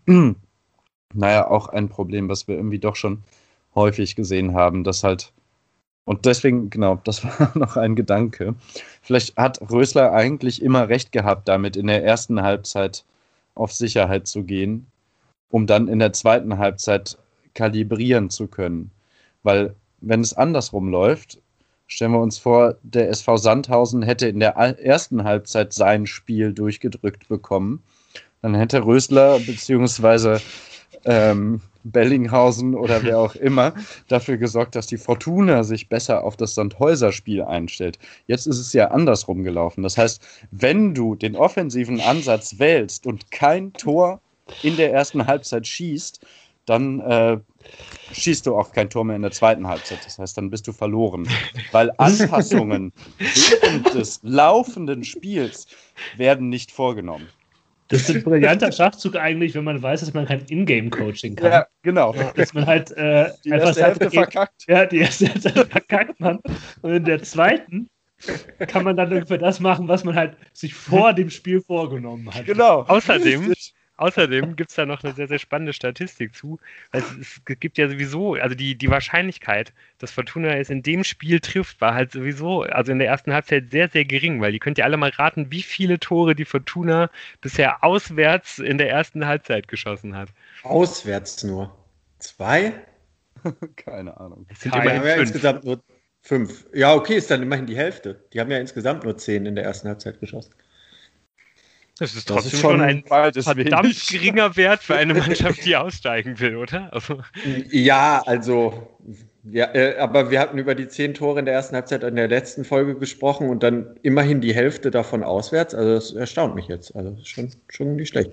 auch ein Problem, was wir irgendwie doch schon häufig gesehen haben, dass halt, und deswegen, genau, das war noch ein Gedanke. Vielleicht hat Rösler eigentlich immer recht gehabt, damit in der ersten Halbzeit auf Sicherheit zu gehen, um dann in der zweiten Halbzeit kalibrieren zu können. Weil, wenn es andersrum läuft, stellen wir uns vor, der SV Sandhausen hätte in der ersten Halbzeit sein Spiel durchgedrückt bekommen. Dann hätte Rösler bzw. Bellinghausen oder wer auch immer dafür gesorgt, dass die Fortuna sich besser auf das Sandhäuser-Spiel einstellt. Jetzt ist es ja andersrum gelaufen. Das heißt, wenn du den offensiven Ansatz wählst und kein Tor in der ersten Halbzeit schießt, dann schießt du auch kein Tor mehr in der zweiten Halbzeit. Das heißt, dann bist du verloren. Weil Anpassungen während des laufenden Spiels werden nicht vorgenommen. Das ist ein brillanter Schachzug eigentlich, wenn man weiß, dass man kein Ingame-Coaching kann. Ja, genau. Dass man halt die erste Hälfte verkackt. Ja, die erste Hälfte verkackt man. Und in der zweiten kann man dann ungefähr das machen, was man halt sich vor dem Spiel vorgenommen hat. Genau. Außerdem gibt es da noch eine sehr, sehr spannende Statistik zu. Es gibt ja sowieso, also die Wahrscheinlichkeit, dass Fortuna es in dem Spiel trifft, war halt sowieso, also in der ersten Halbzeit sehr, sehr gering, weil ihr könnt ja alle mal raten, wie viele Tore die Fortuna bisher auswärts in der ersten Halbzeit geschossen hat. Auswärts nur 2? Keine Ahnung. Es sind immerhin 5. Insgesamt nur 5. Ja, okay, ist dann immerhin die Hälfte. Die haben ja insgesamt nur 10 in der ersten Halbzeit geschossen. Das ist trotzdem schon ein verdammt geringer Wert für eine Mannschaft, die aussteigen will, oder? Also. Ja, also, ja, aber wir hatten über die 10 Tore in der ersten Halbzeit in der letzten Folge gesprochen und dann immerhin die Hälfte davon auswärts. Also das erstaunt mich jetzt. Also das ist schon nicht schlecht.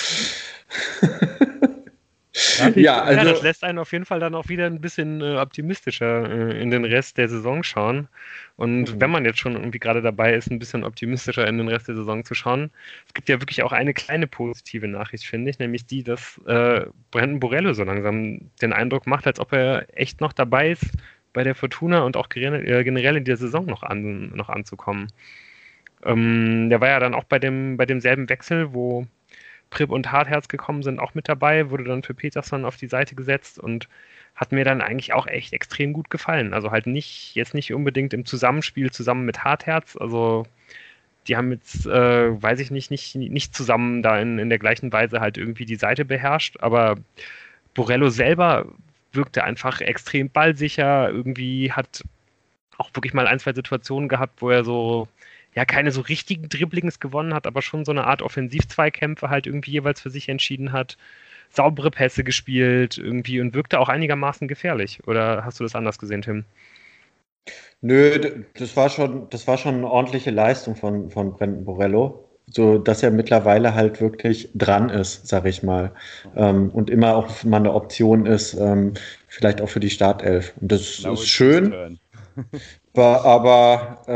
Ja, also das lässt einen auf jeden Fall dann auch wieder ein bisschen optimistischer in den Rest der Saison schauen. Und wenn man jetzt schon irgendwie gerade dabei ist, ein bisschen optimistischer in den Rest der Saison zu schauen, es gibt ja wirklich auch eine kleine positive Nachricht, finde ich, nämlich die, dass Brandon Borrello so langsam den Eindruck macht, als ob er echt noch dabei ist, bei der Fortuna und auch generell in der Saison noch anzukommen. Der war ja dann auch bei demselben Wechsel, wo Pripp und Hartherz gekommen sind, auch mit dabei, wurde dann für Peterson auf die Seite gesetzt und hat mir dann eigentlich auch echt extrem gut gefallen. Also halt jetzt nicht unbedingt im Zusammenspiel zusammen mit Hartherz, also die haben jetzt, weiß ich nicht zusammen da in der gleichen Weise halt irgendwie die Seite beherrscht, aber Borrello selber wirkte einfach extrem ballsicher, irgendwie hat auch wirklich mal 1, 2 Situationen gehabt, wo er so ja keine so richtigen Dribblings gewonnen hat, aber schon so eine Art Offensiv-Zweikämpfe halt irgendwie jeweils für sich entschieden hat, saubere Pässe gespielt irgendwie und wirkte auch einigermaßen gefährlich. Oder hast du das anders gesehen, Tim? Nö, das war schon eine ordentliche Leistung von Brandon Borrello, so dass er mittlerweile halt wirklich dran ist, sag ich mal, und immer auch mal eine Option ist, vielleicht auch für die Startelf. Und das ist schön, aber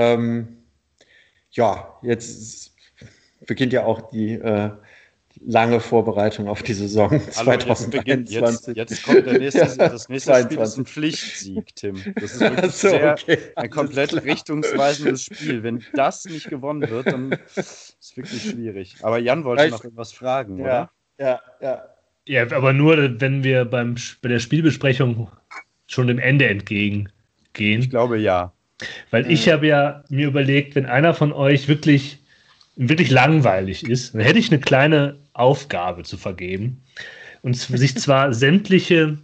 ja, jetzt beginnt ja auch die lange Vorbereitung auf die Saison 2021. Jetzt kommt das nächste Spiel ist ein Pflichtsieg, Tim. Das ist wirklich ein komplett richtungsweisendes Spiel. Wenn das nicht gewonnen wird, dann ist es wirklich schwierig. Aber Jan wollte noch etwas fragen, oder? Ja. Ja, aber nur, wenn wir bei der Spielbesprechung schon dem Ende entgegengehen. Ich glaube, ja. Weil ich habe ja mir überlegt, wenn einer von euch wirklich langweilig ist, dann hätte ich eine kleine Aufgabe zu vergeben. Und sich zwar sämtliche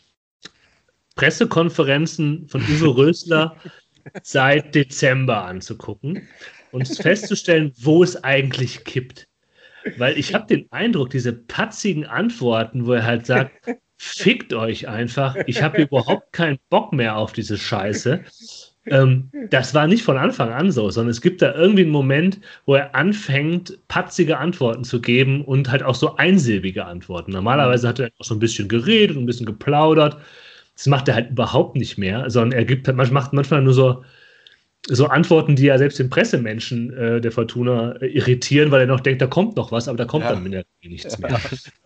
Pressekonferenzen von Uwe Rösler seit Dezember anzugucken und festzustellen, wo es eigentlich kippt. Weil ich habe den Eindruck, diese patzigen Antworten, wo er halt sagt, fickt euch einfach, ich habe überhaupt keinen Bock mehr auf diese Scheiße. Das war nicht von Anfang an so, sondern es gibt da irgendwie einen Moment, wo er anfängt, patzige Antworten zu geben und halt auch so einsilbige Antworten. Normalerweise hat er auch so ein bisschen geredet und ein bisschen geplaudert. Das macht er halt überhaupt nicht mehr, sondern er macht manchmal nur so Antworten, die ja selbst den Pressemenschen der Fortuna irritieren, weil er noch denkt, da kommt noch was, aber da kommt dann in der Regel nichts mehr.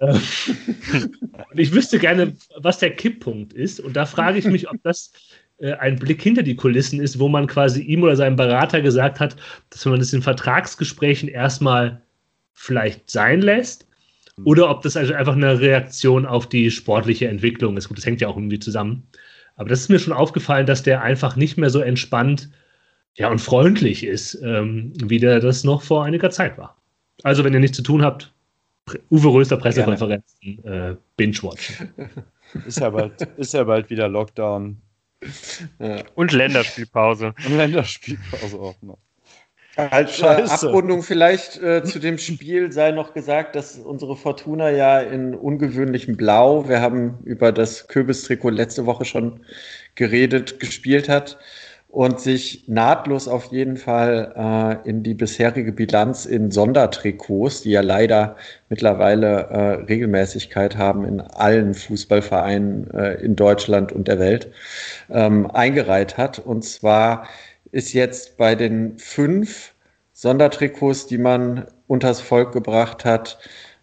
Und ich wüsste gerne, was der Kipppunkt ist. Und da frage ich mich, ob das ein Blick hinter die Kulissen ist, wo man quasi ihm oder seinem Berater gesagt hat, dass man das in Vertragsgesprächen erstmal vielleicht sein lässt, oder ob das also einfach eine Reaktion auf die sportliche Entwicklung ist. Gut, das hängt ja auch irgendwie zusammen. Aber das ist mir schon aufgefallen, dass der einfach nicht mehr so entspannt und freundlich ist, wie der das noch vor einiger Zeit war. Also, wenn ihr nichts zu tun habt, Uwe Rösler Pressekonferenzen binge-watchen. Ist ja bald wieder Lockdown. Und Länderspielpause. Und Länderspielpause auch noch. Als Abrundung vielleicht zu dem Spiel sei noch gesagt, dass unsere Fortuna ja in ungewöhnlichem Blau, wir haben über das Kürbistrikot letzte Woche schon geredet, gespielt hat und sich nahtlos auf jeden Fall in die bisherige Bilanz in Sondertrikots, die ja leider mittlerweile Regelmäßigkeit haben in allen Fußballvereinen in Deutschland und der Welt, eingereiht hat. Und zwar ist jetzt bei den 5 Sondertrikots, die man unters Volk gebracht hat,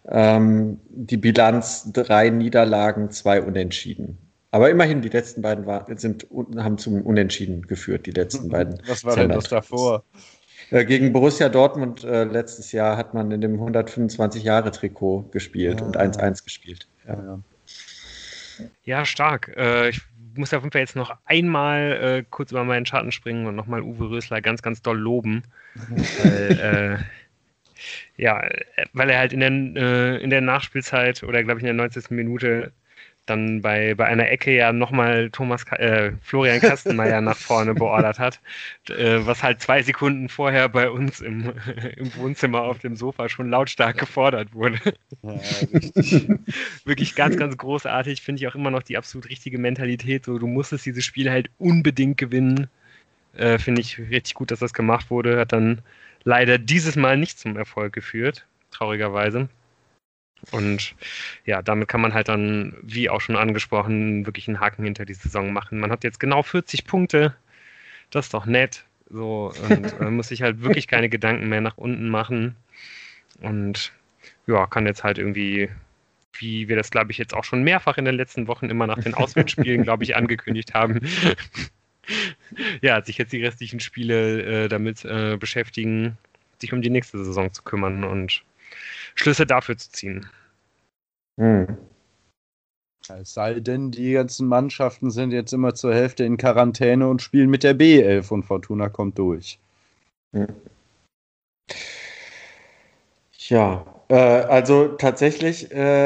die Bilanz 3 Niederlagen, 2 Unentschieden. Aber immerhin, die letzten beiden haben zum Unentschieden geführt, die letzten beiden. Was war denn das davor? Gegen Borussia Dortmund letztes Jahr hat man in dem 125-Jahre-Trikot gespielt und 1-1 gespielt. Ja, stark. Ich muss auf jeden Fall jetzt noch einmal kurz über meinen Schatten springen und nochmal Uwe Rösler ganz, ganz doll loben. Weil er halt in der Nachspielzeit oder glaube ich in der 90. Minute dann bei einer Ecke ja nochmal Florian Kastenmeier nach vorne beordert hat, was halt 2 Sekunden vorher bei uns im Wohnzimmer auf dem Sofa schon lautstark gefordert wurde. Ja, richtig. Wirklich ganz, ganz großartig, finde ich auch immer noch die absolut richtige Mentalität. So, du musstest dieses Spiel halt unbedingt gewinnen. Finde ich richtig gut, dass das gemacht wurde. Hat dann leider dieses Mal nicht zum Erfolg geführt, traurigerweise. Und ja, damit kann man halt dann, wie auch schon angesprochen, wirklich einen Haken hinter die Saison machen. Man hat jetzt genau 40 Punkte, das ist doch nett. So, und muss sich halt wirklich keine Gedanken mehr nach unten machen. Und ja, kann jetzt halt irgendwie, wie wir das, glaube ich, jetzt auch schon mehrfach in den letzten Wochen immer nach den Auswärtsspielen, glaube ich, angekündigt haben, ja, sich jetzt die restlichen Spiele damit beschäftigen, sich um die nächste Saison zu kümmern und Schlüsse dafür zu ziehen. Es sei denn, die ganzen Mannschaften sind jetzt immer zur Hälfte in Quarantäne und spielen mit der B11 und Fortuna kommt durch. Ja, also tatsächlich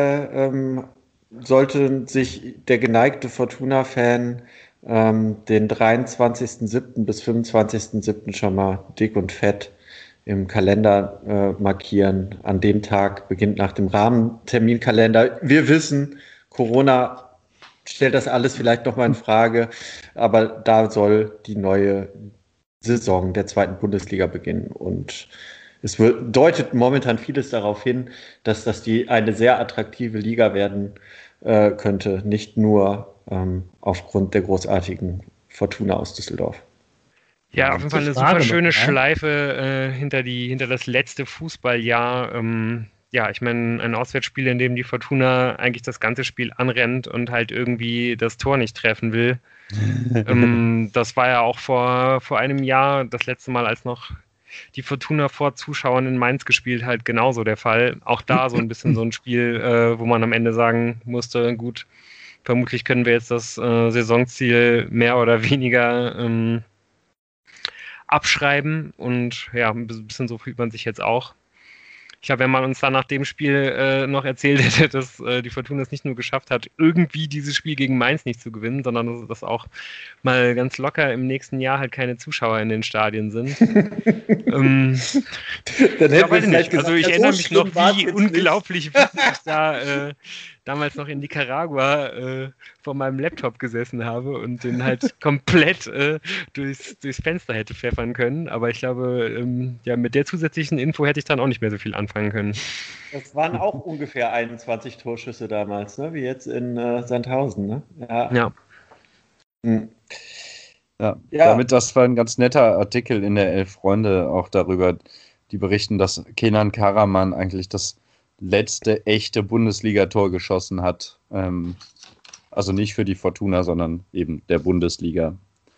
sollte sich der geneigte Fortuna-Fan den 23.07. bis 25.07. schon mal dick und fett im Kalender markieren. An dem Tag beginnt nach dem Rahmenterminkalender. Wir wissen, Corona stellt das alles vielleicht nochmal in Frage, aber da soll die neue Saison der 2. Bundesliga beginnen. Und es deutet momentan vieles darauf hin, dass das eine sehr attraktive Liga werden könnte, nicht nur aufgrund der großartigen Fortuna aus Düsseldorf. Ja, auf jeden Fall eine super schöne Schleife hinter das letzte Fußballjahr. Ja, ich meine, ein Auswärtsspiel, in dem die Fortuna eigentlich das ganze Spiel anrennt und halt irgendwie das Tor nicht treffen will. Das war ja auch vor einem Jahr, das letzte Mal, als noch die Fortuna vor Zuschauern in Mainz gespielt hat, genauso der Fall. Auch da so ein bisschen so ein Spiel, wo man am Ende sagen musste, gut, vermutlich können wir jetzt das Saisonziel mehr oder weniger abschreiben und ja, ein bisschen so fühlt man sich jetzt auch. Ich glaube, wenn man uns dann nach dem Spiel noch erzählt hätte, dass die Fortuna es nicht nur geschafft hat, irgendwie dieses Spiel gegen Mainz nicht zu gewinnen, sondern dass auch mal ganz locker im nächsten Jahr halt keine Zuschauer in den Stadien sind. Dann ja, weiß ich nicht. Gesagt, also ich erinnere mich noch, wie unglaublich ich da damals noch in Nicaragua vor meinem Laptop gesessen habe und den halt komplett durchs Fenster hätte pfeffern können. Aber ich glaube, ja, mit der zusätzlichen Info hätte ich dann auch nicht mehr so viel anfangen können. Das waren auch ungefähr 21 Torschüsse damals, ne? Wie jetzt in Sandhausen. Ne? Ja. Ja, damit, das war ein ganz netter Artikel in der Elf Freunde auch darüber, die berichten, dass Kenan Karaman eigentlich das letzte echte Bundesliga-Tor geschossen hat. Also nicht für die Fortuna, sondern eben der Bundesliga.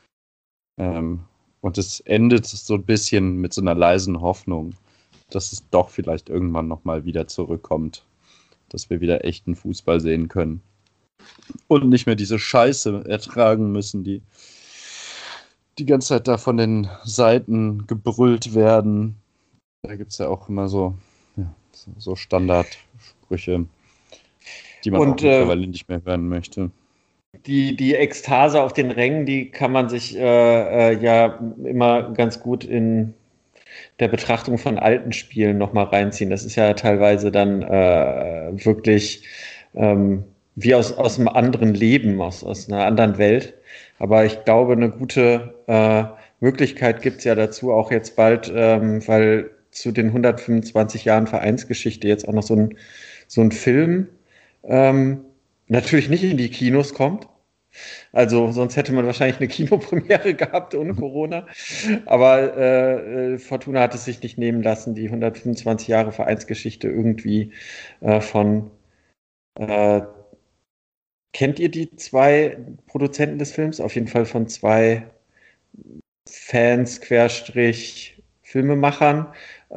Und es endet so ein bisschen mit so einer leisen Hoffnung, dass es doch vielleicht irgendwann nochmal wieder zurückkommt, dass wir wieder echten Fußball sehen können. Und nicht mehr diese Scheiße ertragen müssen, die ganze Zeit da von den Seiten gebrüllt werden. Da gibt es ja auch immer so Standardsprüche, die man auch mittlerweile nicht mehr hören möchte. Die Ekstase auf den Rängen, die kann man sich ja immer ganz gut in der Betrachtung von alten Spielen nochmal reinziehen. Das ist ja teilweise dann wirklich wie aus einem anderen Leben, aus einer anderen Welt. Aber ich glaube, eine gute Möglichkeit gibt es ja dazu auch jetzt bald, weil zu den 125 Jahren Vereinsgeschichte jetzt auch noch so ein Film natürlich nicht in die Kinos kommt. Also sonst hätte man wahrscheinlich eine Kinopremiere gehabt ohne Corona. Aber Fortuna hat es sich nicht nehmen lassen, die 125 Jahre Vereinsgeschichte irgendwie von kennt ihr die 2 Produzenten des Films? Auf jeden Fall von 2 Fans, Filmemachern,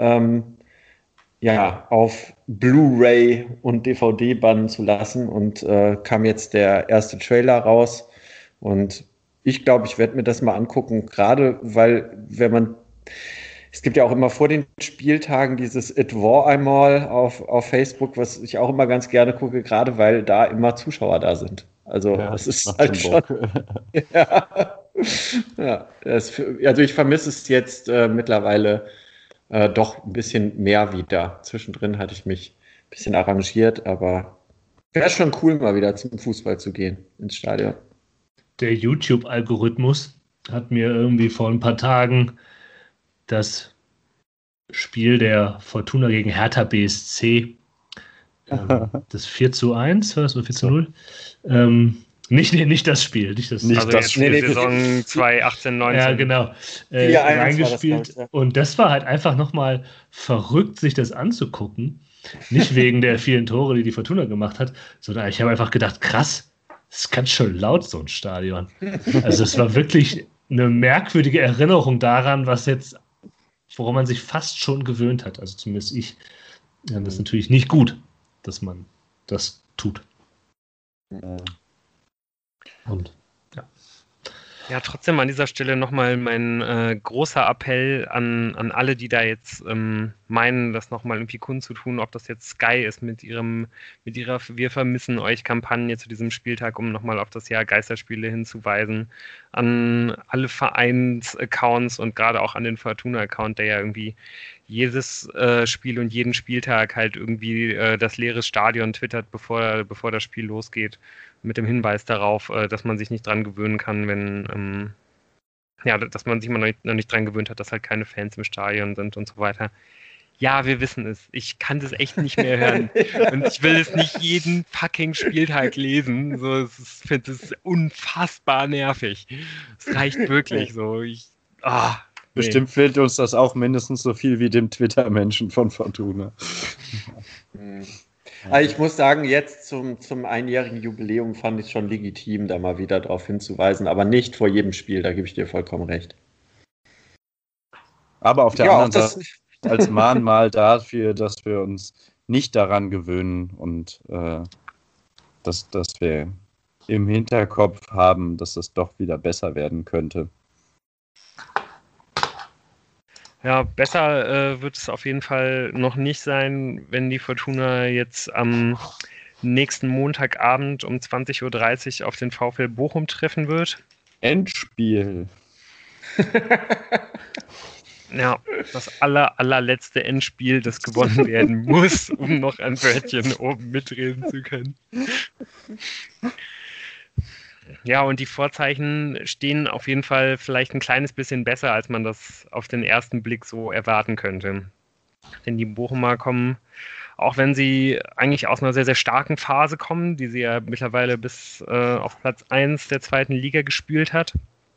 auf Blu-ray und DVD bannen zu lassen. Und kam jetzt der erste Trailer raus. Und ich glaube, ich werde mir das mal angucken, gerade weil, wenn man Es gibt ja auch immer vor den Spieltagen dieses It War einmal auf Facebook, was ich auch immer ganz gerne gucke, gerade weil da immer Zuschauer da sind. Also es ist halt schon. Ja, ja also ich vermisse es jetzt mittlerweile doch ein bisschen mehr wieder. Zwischendrin hatte ich mich ein bisschen arrangiert, aber wäre schon cool, mal wieder zum Fußball zu gehen, ins Stadion. Der YouTube-Algorithmus hat mir irgendwie vor ein paar Tagen das Spiel der Fortuna gegen Hertha BSC, das 4:1, oder 4:0, nicht das Spiel. Saison 2018, 19. Ja, genau. Reingespielt. Und das war halt einfach nochmal verrückt, sich das anzugucken. Nicht wegen der vielen Tore, die Fortuna gemacht hat, sondern ich habe einfach gedacht, krass, das ist ganz schön laut, so ein Stadion. Also es war wirklich eine merkwürdige Erinnerung daran, woran man sich fast schon gewöhnt hat. Also zumindest ich. Ja, das ist natürlich nicht gut, dass man das tut. Und ja, trotzdem an dieser Stelle nochmal mein großer Appell an alle, die da jetzt meinen, das nochmal irgendwie kundzutun, ob das jetzt Sky ist mit ihrer Wir vermissen euch Kampagne zu diesem Spieltag, um nochmal auf das Jahr Geisterspiele hinzuweisen, an alle Vereins-Accounts und gerade auch an den Fortuna-Account, der ja irgendwie jedes Spiel und jeden Spieltag halt irgendwie das leere Stadion twittert, bevor das Spiel losgeht, mit dem Hinweis darauf, dass man sich nicht dran gewöhnen kann, dass man sich noch nicht dran gewöhnt hat, dass halt keine Fans im Stadion sind und so weiter. Ja, wir wissen es. Ich kann das echt nicht mehr hören. Und ich will es nicht jeden fucking Spieltag lesen. So, ich finde es unfassbar nervig. Es reicht wirklich so. Bestimmt fehlt uns das auch mindestens so viel wie dem Twitter-Menschen von Fortuna. Also ich muss sagen, jetzt zum einjährigen Jubiläum fand ich es schon legitim, da mal wieder darauf hinzuweisen, aber nicht vor jedem Spiel, da gebe ich dir vollkommen recht. Aber auf der anderen Seite als Mahnmal dafür, dass wir uns nicht daran gewöhnen und dass wir im Hinterkopf haben, dass es doch wieder besser werden könnte. Ja, besser wird es auf jeden Fall noch nicht sein, wenn die Fortuna jetzt am nächsten Montagabend um 20:30 Uhr auf den VfL Bochum treffen wird. Endspiel. Ja, das allerletzte Endspiel, das gewonnen werden muss, um noch ein Wörtchen oben mitreden zu können. Ja, und die Vorzeichen stehen auf jeden Fall vielleicht ein kleines bisschen besser, als man das auf den ersten Blick so erwarten könnte. Denn die Bochumer kommen, auch wenn sie eigentlich aus einer sehr, sehr starken Phase kommen, die sie ja mittlerweile bis auf Platz 1 der zweiten Liga gespült hat,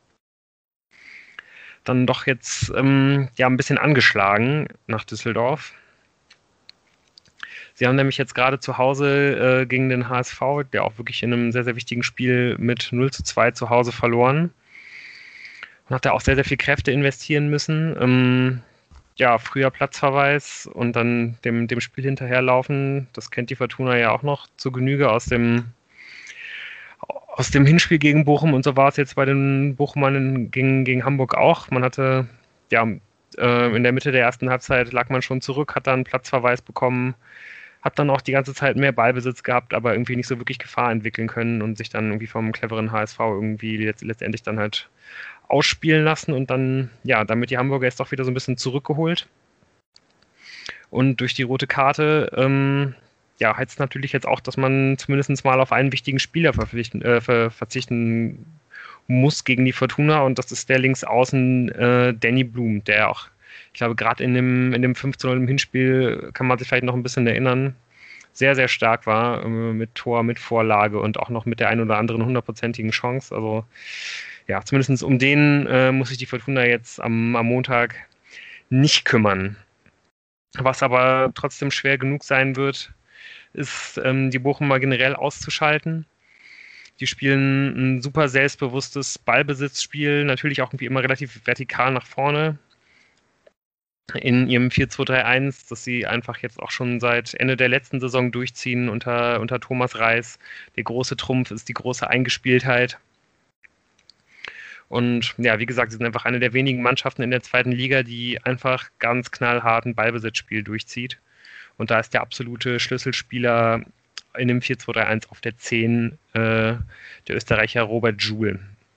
dann doch jetzt ein bisschen angeschlagen nach Düsseldorf. Sie haben nämlich jetzt gerade zu Hause gegen den HSV, der auch wirklich in einem sehr, sehr wichtigen Spiel mit 0:2 zu Hause verloren. Und hat da auch sehr, sehr viel Kräfte investieren müssen. Früher Platzverweis und dann dem Spiel hinterherlaufen. Das kennt die Fortuna ja auch noch zur Genüge aus dem Hinspiel gegen Bochum. Und so war es jetzt bei den Bochumern gegen Hamburg auch. Man hatte, in der Mitte der ersten Halbzeit lag man schon zurück, hat dann einen Platzverweis bekommen, hat dann auch die ganze Zeit mehr Ballbesitz gehabt, aber irgendwie nicht so wirklich Gefahr entwickeln können und sich dann irgendwie vom cleveren HSV irgendwie letztendlich dann halt ausspielen lassen und dann, damit die Hamburger jetzt doch wieder so ein bisschen zurückgeholt. Und durch die rote Karte, heißt es natürlich jetzt auch, dass man zumindest mal auf einen wichtigen Spieler verzichten muss gegen die Fortuna und das ist der Linksaußen Danny Blum, der auch, ich glaube, gerade in dem 5:0 im Hinspiel kann man sich vielleicht noch ein bisschen erinnern, sehr, sehr stark war mit Tor, mit Vorlage und auch noch mit der ein oder anderen 100%igen Chance. Also ja, zumindest um den muss sich die Fortuna jetzt am Montag nicht kümmern. Was aber trotzdem schwer genug sein wird, ist die Bochumer generell auszuschalten. Die spielen ein super selbstbewusstes Ballbesitzspiel, natürlich auch irgendwie immer relativ vertikal nach vorne. In ihrem 4-2-3-1, das sie einfach jetzt auch schon seit Ende der letzten Saison durchziehen unter Thomas Reis. Der große Trumpf ist die große Eingespieltheit. Und ja, wie gesagt, sie sind einfach eine der wenigen Mannschaften in der zweiten Liga, die einfach ganz knallharten Ballbesitzspiel durchzieht. Und da ist der absolute Schlüsselspieler in dem 4-2-3-1 auf der 10 der Österreicher Robert Joule.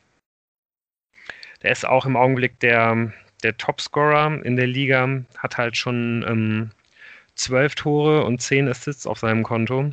Der ist auch im Augenblick der Topscorer in der Liga, hat halt schon 12 Tore und 10 Assists auf seinem Konto.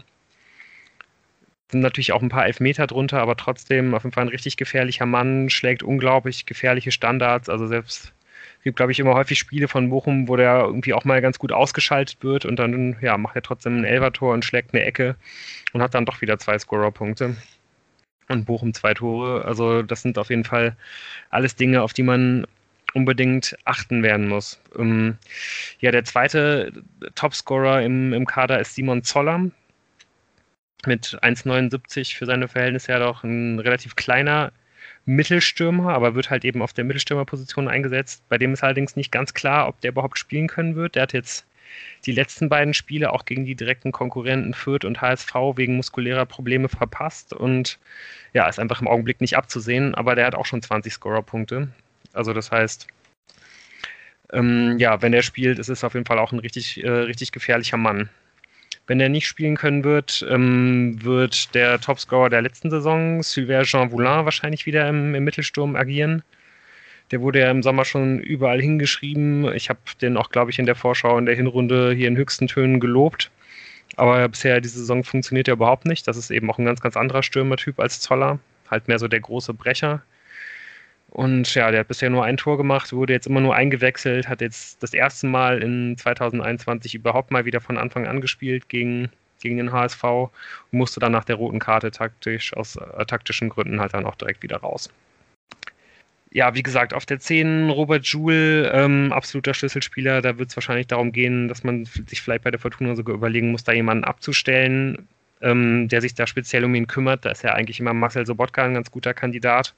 Sind natürlich auch ein paar Elfmeter drunter, aber trotzdem auf jeden Fall ein richtig gefährlicher Mann, schlägt unglaublich gefährliche Standards. Also es gibt, glaube ich, immer häufig Spiele von Bochum, wo der irgendwie auch mal ganz gut ausgeschaltet wird und dann macht er trotzdem ein Elfertor und schlägt eine Ecke und hat dann doch wieder 2 Scorerpunkte. Und Bochum 2 Tore. Also das sind auf jeden Fall alles Dinge, auf die man unbedingt achten werden muss. Der zweite Topscorer im Kader ist Simon Zoller. Mit 1,79 für seine Verhältnisse ja doch ein relativ kleiner Mittelstürmer, aber wird halt eben auf der Mittelstürmerposition eingesetzt. Bei dem ist allerdings nicht ganz klar, ob der überhaupt spielen können wird. Der hat jetzt die letzten beiden Spiele auch gegen die direkten Konkurrenten Fürth und HSV wegen muskulärer Probleme verpasst und ist einfach im Augenblick nicht abzusehen, aber der hat auch schon 20 Scorerpunkte. Also das heißt, wenn er spielt, ist es auf jeden Fall auch ein richtig gefährlicher Mann. Wenn er nicht spielen können wird, wird der Topscorer der letzten Saison, Sylvain Jean Voulin, wahrscheinlich wieder im Mittelsturm agieren. Der wurde ja im Sommer schon überall hingeschrieben. Ich habe den auch, glaube ich, in der Vorschau in der Hinrunde hier in höchsten Tönen gelobt. Aber bisher diese Saison funktioniert ja überhaupt nicht. Das ist eben auch ein ganz, ganz anderer Stürmertyp als Zoller. Halt mehr so der große Brecher. Und der hat bisher nur ein Tor gemacht, wurde jetzt immer nur eingewechselt, hat jetzt das erste Mal in 2021 überhaupt mal wieder von Anfang an gespielt gegen den HSV und musste dann nach der roten Karte aus taktischen Gründen halt dann auch direkt wieder raus. Ja, wie gesagt, auf der 10 Robert Joule, absoluter Schlüsselspieler. Da wird es wahrscheinlich darum gehen, dass man sich vielleicht bei der Fortuna sogar überlegen muss, da jemanden abzustellen, der sich da speziell um ihn kümmert. Da ist ja eigentlich immer Marcel Sobotka ein ganz guter Kandidat.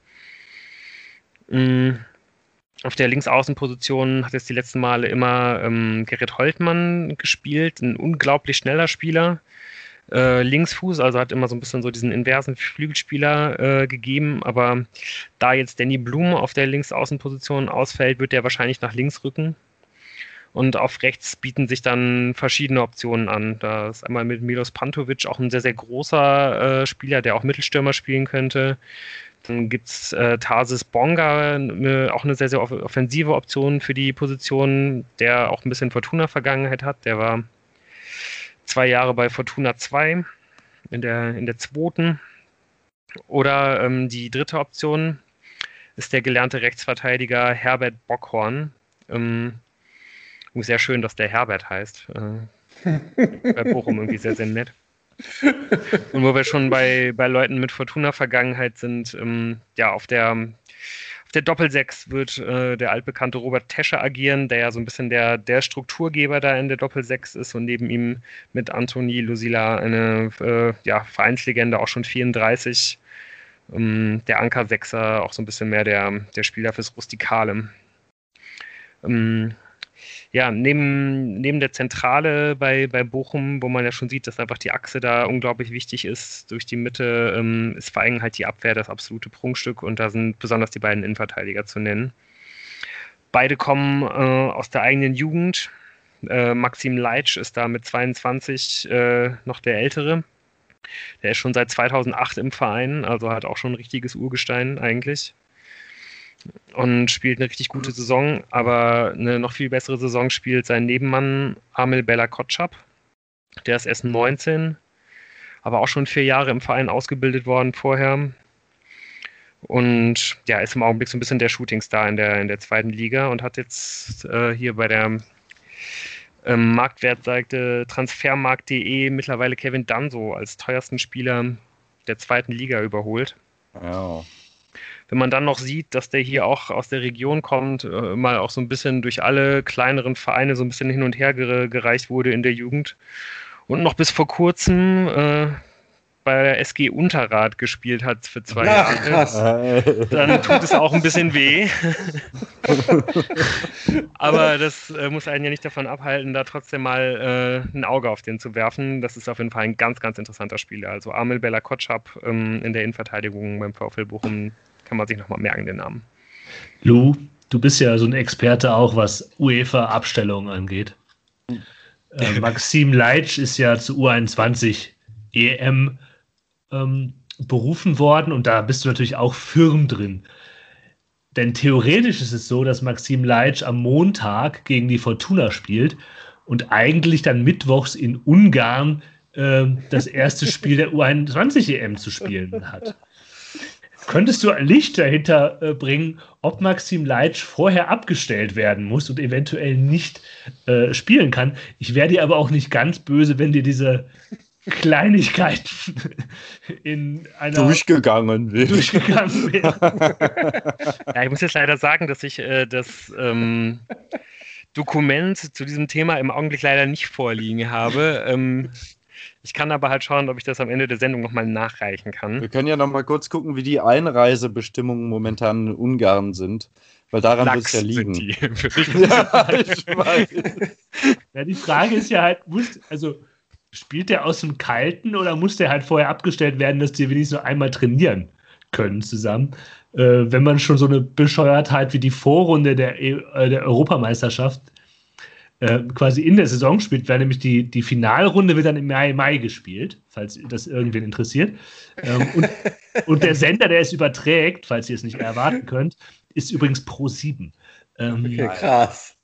Auf der Linksaußenposition hat jetzt die letzten Male immer Gerrit Holtmann gespielt, ein unglaublich schneller Spieler. Linksfuß, also hat immer so ein bisschen so diesen inversen Flügelspieler gegeben, aber da jetzt Danny Blum auf der Linksaußenposition ausfällt, wird der wahrscheinlich nach links rücken. Und auf rechts bieten sich dann verschiedene Optionen an. Da ist einmal mit Milos Pantovic auch ein sehr, sehr großer Spieler, der auch Mittelstürmer spielen könnte. Dann gibt es Tarsis Bonga, auch eine sehr, sehr offensive Option für die Position, der auch ein bisschen Fortuna-Vergangenheit hat. Der war 2 Jahre bei Fortuna 2 in der zweiten. Oder die dritte Option ist der gelernte Rechtsverteidiger Herbert Bockhorn. Sehr schön, dass der Herbert heißt. Bei Bochum irgendwie sehr, sehr nett. Und wo wir schon bei Leuten mit Fortuna-Vergangenheit sind, auf der Doppel-6 wird der altbekannte Robert Tesche agieren, der ja so ein bisschen der Strukturgeber da in der Doppel-6 ist und neben ihm mit Anthony Lusila eine Vereinslegende, auch schon 34, der Anker-Sechser, auch so ein bisschen mehr der Spieler fürs Rustikale. Neben der Zentrale bei Bochum, wo man ja schon sieht, dass einfach die Achse da unglaublich wichtig ist, durch die Mitte ist vor allem halt die Abwehr das absolute Prunkstück und da sind besonders die beiden Innenverteidiger zu nennen. Beide kommen aus der eigenen Jugend. Maxim Leitsch ist da mit 22 noch der Ältere. Der ist schon seit 2008 im Verein, also hat auch schon ein richtiges Urgestein eigentlich. Und spielt eine richtig gute Saison, aber eine noch viel bessere Saison spielt sein Nebenmann Amel Bella Kotschap. Der ist erst 19, aber auch schon 4 Jahre im Verein ausgebildet worden vorher. Und ist im Augenblick so ein bisschen der Shootingstar in der zweiten Liga und hat jetzt hier bei der Marktwertseite Transfermarkt.de mittlerweile Kevin Danso als teuersten Spieler der zweiten Liga überholt. Ja. Wenn man dann noch sieht, dass der hier auch aus der Region kommt, mal auch so ein bisschen durch alle kleineren Vereine so ein bisschen hin und her gereicht wurde in der Jugend und noch bis vor kurzem bei der SG Unterrad gespielt hat für 2 Jahre. Krass. Dann tut es auch ein bisschen weh. Aber das muss einen ja nicht davon abhalten, da trotzdem mal ein Auge auf den zu werfen. Das ist auf jeden Fall ein ganz, ganz interessanter Spieler. Also Amel Bella Kotschap in der Innenverteidigung beim VfL Bochum kann man sich nochmal merken, den Namen. Lou, du bist ja so ein Experte auch, was UEFA-Abstellungen angeht. Maxim Leitsch ist ja zu U21 EM berufen worden und da bist du natürlich auch firm drin. Denn theoretisch ist es so, dass Maxim Leitsch am Montag gegen die Fortuna spielt und eigentlich dann mittwochs in Ungarn das erste Spiel der U21-EM zu spielen hat. Könntest du ein Licht dahinter bringen, ob Maxim Leitsch vorher abgestellt werden muss und eventuell nicht spielen kann? Ich wäre dir aber auch nicht ganz böse, wenn dir diese Kleinigkeiten in einer durchgegangen wäre. Ja, ich muss jetzt leider sagen, dass ich das Dokument zu diesem Thema im Augenblick leider nicht vorliegen habe. Ich kann aber halt schauen, ob ich das am Ende der Sendung nochmal nachreichen kann. Wir können ja nochmal kurz gucken, wie die Einreisebestimmungen momentan in Ungarn sind, weil daran wird es ja liegen. Ja, ich weiß. Ja, die Frage ist ja halt, spielt der aus dem Kalten oder muss der halt vorher abgestellt werden, dass die wenigstens nur einmal trainieren können zusammen? Wenn man schon so eine Bescheuertheit wie die Vorrunde der Europameisterschaft quasi in der Saison spielt, weil nämlich die Finalrunde wird dann im Mai gespielt, falls das irgendwen interessiert. Und der Sender, der es überträgt, falls ihr es nicht erwarten könnt, ist übrigens Pro7. Okay, krass.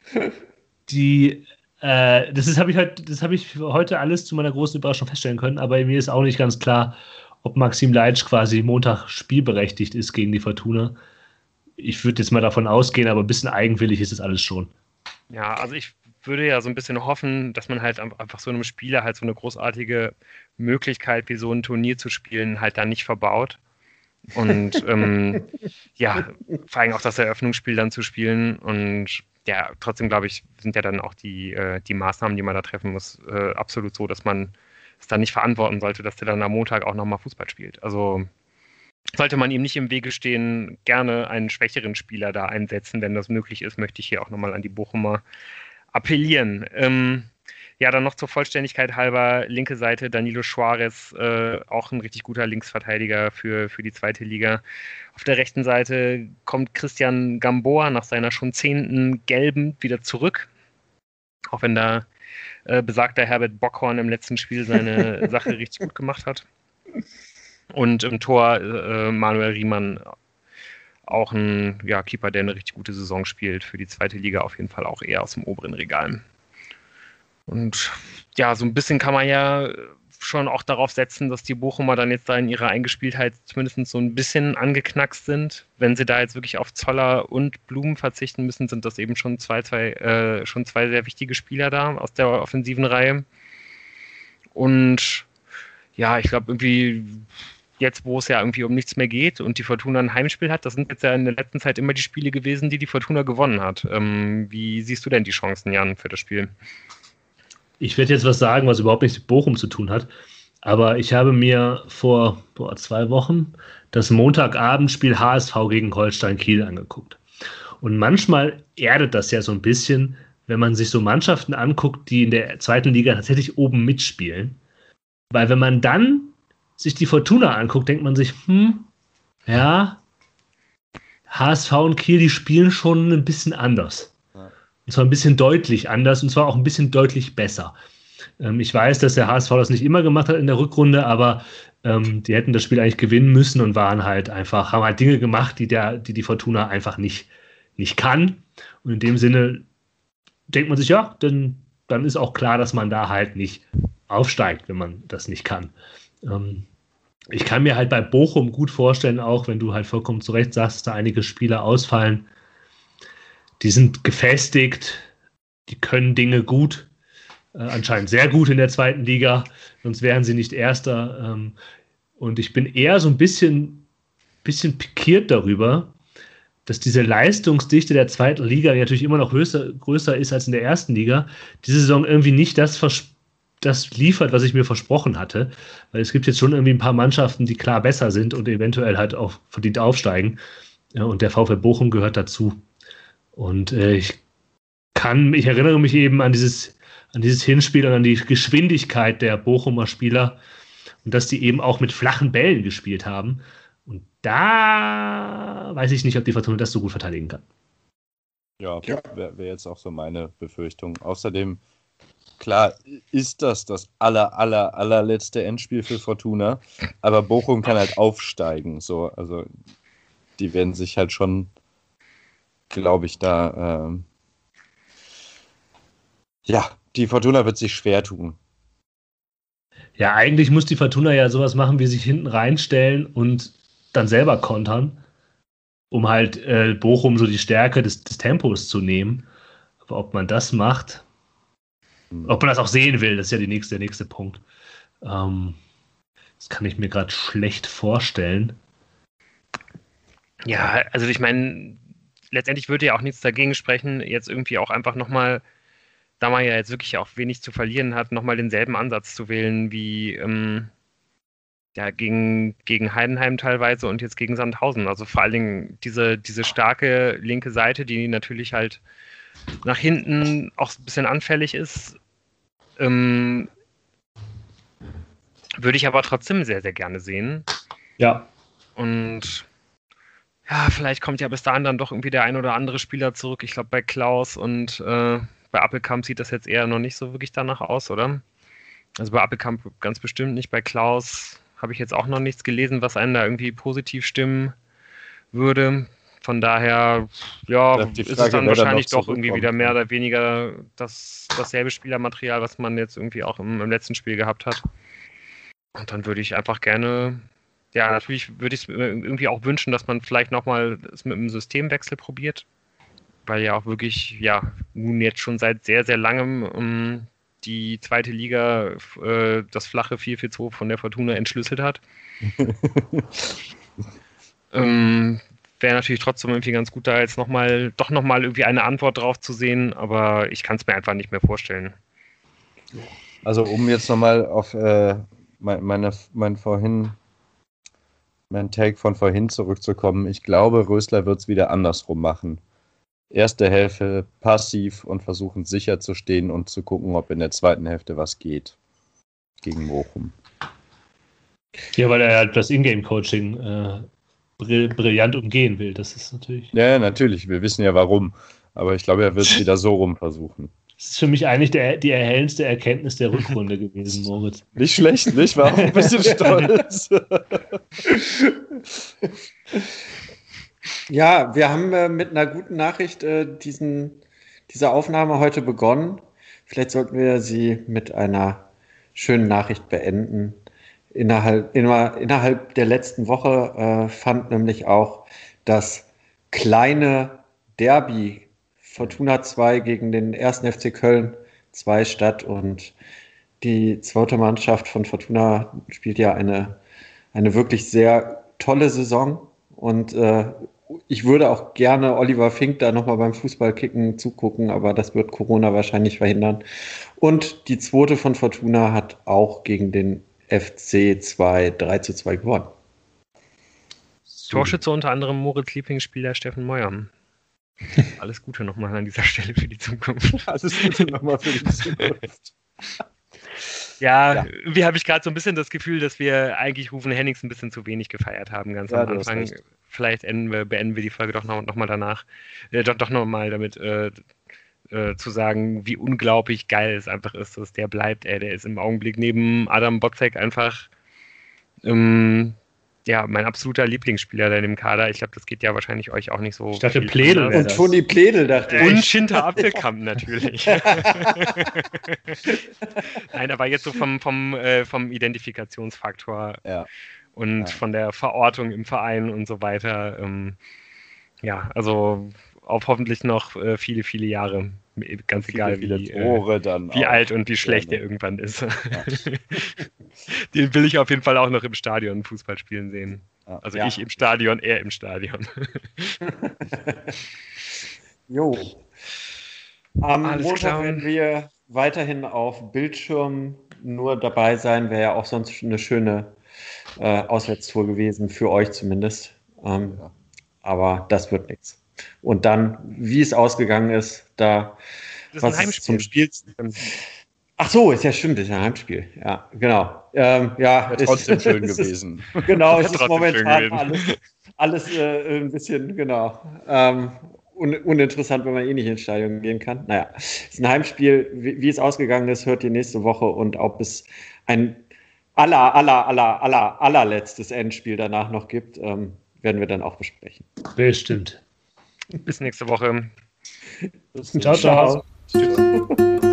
Das habe ich heute alles zu meiner großen Überraschung feststellen können, aber mir ist auch nicht ganz klar, ob Maxim Leitsch quasi Montag spielberechtigt ist gegen die Fortuna. Ich würde jetzt mal davon ausgehen, aber ein bisschen eigenwillig ist es alles schon. Ja, also ich würde ja so ein bisschen hoffen, dass man halt einfach so einem Spieler halt so eine großartige Möglichkeit, wie so ein Turnier zu spielen, halt da nicht verbaut. Und ja, vor allem auch das Eröffnungsspiel dann zu spielen. Und ja, trotzdem glaube ich, sind ja dann auch die Maßnahmen, die man da treffen muss, absolut so, dass man es dann nicht verantworten sollte, dass der dann am Montag auch nochmal Fußball spielt. Also sollte man ihm nicht im Wege stehen, gerne einen schwächeren Spieler da einsetzen, wenn das möglich ist, möchte ich hier auch nochmal an die Bochumer appellieren. Ja, dann noch zur Vollständigkeit halber, linke Seite Danilo Suarez, auch ein richtig guter Linksverteidiger für die zweite Liga. Auf der rechten Seite kommt Christian Gamboa nach seiner schon 10. Gelben wieder zurück, auch wenn da besagter Herbert Bockhorn im letzten Spiel seine Sache richtig gut gemacht hat. Und im Tor Manuel Riemann, auch ein Keeper, der eine richtig gute Saison spielt. Für die zweite Liga auf jeden Fall auch eher aus dem oberen Regal. Und ja, so ein bisschen kann man ja schon auch darauf setzen, dass die Bochumer dann jetzt da in ihrer Eingespieltheit zumindest so ein bisschen angeknackst sind. Wenn sie da jetzt wirklich auf Zoller und Blumen verzichten müssen, sind das eben schon zwei sehr wichtige Spieler da aus der offensiven Reihe. Und ja, ich glaube irgendwie jetzt, wo es ja irgendwie um nichts mehr geht und die Fortuna ein Heimspiel hat, das sind jetzt ja in der letzten Zeit immer die Spiele gewesen, die Fortuna gewonnen hat. Wie siehst du denn die Chancen, Jan, für das Spiel? Ich werde jetzt was sagen, was überhaupt nichts mit Bochum zu tun hat, aber ich habe mir vor 2 Wochen das Montagabendspiel HSV gegen Holstein Kiel angeguckt. Und manchmal erdet das ja so ein bisschen, wenn man sich so Mannschaften anguckt, die in der zweiten Liga tatsächlich oben mitspielen. Weil wenn man dann sich die Fortuna anguckt, denkt man sich, HSV und Kiel, die spielen schon ein bisschen anders. Und zwar ein bisschen deutlich anders und zwar auch ein bisschen deutlich besser. Ich weiß, dass der HSV das nicht immer gemacht hat in der Rückrunde, aber die hätten das Spiel eigentlich gewinnen müssen und haben halt Dinge gemacht, die Fortuna einfach nicht kann. Und in dem Sinne denkt man sich, ja, dann ist auch klar, dass man da halt nicht aufsteigt, wenn man das nicht kann. Ich kann mir halt bei Bochum gut vorstellen, auch wenn du halt vollkommen zu Recht sagst, dass da einige Spieler ausfallen. Die sind gefestigt, die können Dinge gut, anscheinend sehr gut in der zweiten Liga, sonst wären sie nicht Erster. Und ich bin eher so ein bisschen pikiert darüber, dass diese Leistungsdichte der zweiten Liga natürlich immer noch größer ist als in der ersten Liga, diese Saison irgendwie nicht das liefert, was ich mir versprochen hatte. Weil es gibt jetzt schon irgendwie ein paar Mannschaften, die klar besser sind und eventuell halt auch verdient aufsteigen. Ja, und der VfL Bochum gehört dazu. Und ich erinnere mich eben an dieses Hinspiel und an die Geschwindigkeit der Bochumer Spieler und dass die eben auch mit flachen Bällen gespielt haben. Und Da weiß ich nicht, ob die Fortuna das so gut verteidigen kann. Ja, wäre jetzt auch so meine Befürchtung. Außerdem, klar, ist das allerletzte Endspiel für Fortuna, aber Bochum kann halt aufsteigen. So, also die werden sich halt schon, glaube ich, da die Fortuna wird sich schwer tun. Ja, eigentlich muss die Fortuna ja sowas machen, wie sich hinten reinstellen und dann selber kontern, um halt Bochum so die Stärke des Tempos zu nehmen. Aber ob man das macht, ob man das auch sehen will, das ist ja der nächste Punkt. Das kann ich mir gerade schlecht vorstellen. Ja, also ich meine, letztendlich würde ja auch nichts dagegen sprechen, jetzt irgendwie auch einfach nochmal, da man ja jetzt wirklich auch wenig zu verlieren hat, nochmal denselben Ansatz zu wählen wie gegen Heidenheim teilweise und jetzt gegen Sandhausen. Also vor allen Dingen diese starke linke Seite, die natürlich halt nach hinten auch ein bisschen anfällig ist, würde ich aber trotzdem sehr, sehr gerne sehen. Ja. Und ja, vielleicht kommt ja bis dahin dann doch irgendwie der ein oder andere Spieler zurück. Ich glaube, bei Klaus und bei Appelkamp sieht das jetzt eher noch nicht so wirklich danach aus, oder? Also bei Appelkamp ganz bestimmt nicht. Bei Klaus habe ich jetzt auch noch nichts gelesen, was einen da irgendwie positiv stimmen würde. Von daher, ja, ist es dann wahrscheinlich doch irgendwie wieder mehr oder weniger dasselbe Spielermaterial, was man jetzt irgendwie auch im letzten Spiel gehabt hat. Und dann würde ich einfach gerne, ja, natürlich würde ich es irgendwie auch wünschen, dass man vielleicht nochmal es mit einem Systemwechsel probiert, weil ja auch wirklich, ja, nun jetzt schon seit sehr, sehr langem die zweite Liga das flache 4-4-2 von der Fortuna entschlüsselt hat. Wäre natürlich trotzdem irgendwie ganz gut, da jetzt doch nochmal irgendwie eine Antwort drauf zu sehen, aber ich kann es mir einfach nicht mehr vorstellen. Also um jetzt nochmal auf mein Take von vorhin zurückzukommen, ich glaube, Rösler wird es wieder andersrum machen. Erste Hälfte passiv und versuchen sicher zu stehen und zu gucken, ob in der zweiten Hälfte was geht gegen Bochum. Ja, weil er halt das Ingame-Coaching brillant umgehen will. Das ist natürlich. Ja, natürlich. Wir wissen ja warum. Aber ich glaube, er wird es wieder so rum versuchen. Das ist für mich eigentlich die erhellendste Erkenntnis der Rückrunde gewesen, Moritz. Nicht schlecht, nicht? War auch ein bisschen stolz. Ja, wir haben mit einer guten Nachricht diese Aufnahme heute begonnen. Vielleicht sollten wir sie mit einer schönen Nachricht beenden. Innerhalb der letzten Woche fand nämlich auch das kleine Derby Fortuna 2 gegen den 1. FC Köln 2 statt. Und die zweite Mannschaft von Fortuna spielt ja eine wirklich sehr tolle Saison. Und ich würde auch gerne Oliver Fink da nochmal beim Fußballkicken zugucken, aber das wird Corona wahrscheinlich verhindern. Und die zweite von Fortuna hat auch gegen den FC 3-2 gewonnen. Torschütze unter anderem Moritz Lieblingsspieler Steffen Meuer. Alles Gute nochmal an dieser Stelle für die Zukunft. Alles Gute nochmal für die Zukunft. Ja, irgendwie habe ich gerade so ein bisschen das Gefühl, dass wir eigentlich Rufen Hennings ein bisschen zu wenig gefeiert haben, ganz am Anfang. Vielleicht beenden wir die Folge doch nochmal danach. Doch nochmal damit zu sagen, wie unglaublich geil es einfach ist, dass der bleibt. Der ist im Augenblick neben Adam Botzek einfach mein absoluter Lieblingsspieler in dem Kader. Ich glaube, das geht ja wahrscheinlich euch auch nicht so. Ich dachte, Pledel. Und Toni Pledel, dachte ich. Und Schinter Apfelkamp natürlich. Nein, aber jetzt so vom Identifikationsfaktor und von der Verortung im Verein und so weiter. Also auf hoffentlich noch viele, viele Jahre. Ganz egal, wie alt und wie schlecht er irgendwann ist. Ja. Den will ich auf jeden Fall auch noch im Stadion Fußball spielen sehen. Ja. Also ich im Stadion, er im Stadion. Jo. Am Montag werden wir weiterhin auf Bildschirm nur dabei sein. Wäre ja auch sonst eine schöne Auswärtstour gewesen, für euch zumindest. Aber das wird nichts. Und dann, wie es ausgegangen ist, da das ist ein Heimspiel. Zum Spiel. Ach so, ist ja stimmt, ist ja ein Heimspiel. Ja, genau. Ja, ist trotzdem schön gewesen. Genau, es ist momentan alles ein bisschen, genau, uninteressant, wenn man nicht ins Stadion gehen kann. Naja, es ist ein Heimspiel. Wie es ausgegangen ist, hört ihr nächste Woche, und ob es ein allerletztes Endspiel danach noch gibt, werden wir dann auch besprechen. Bestimmt. Bis nächste Woche. Ciao, ciao. Tschüss.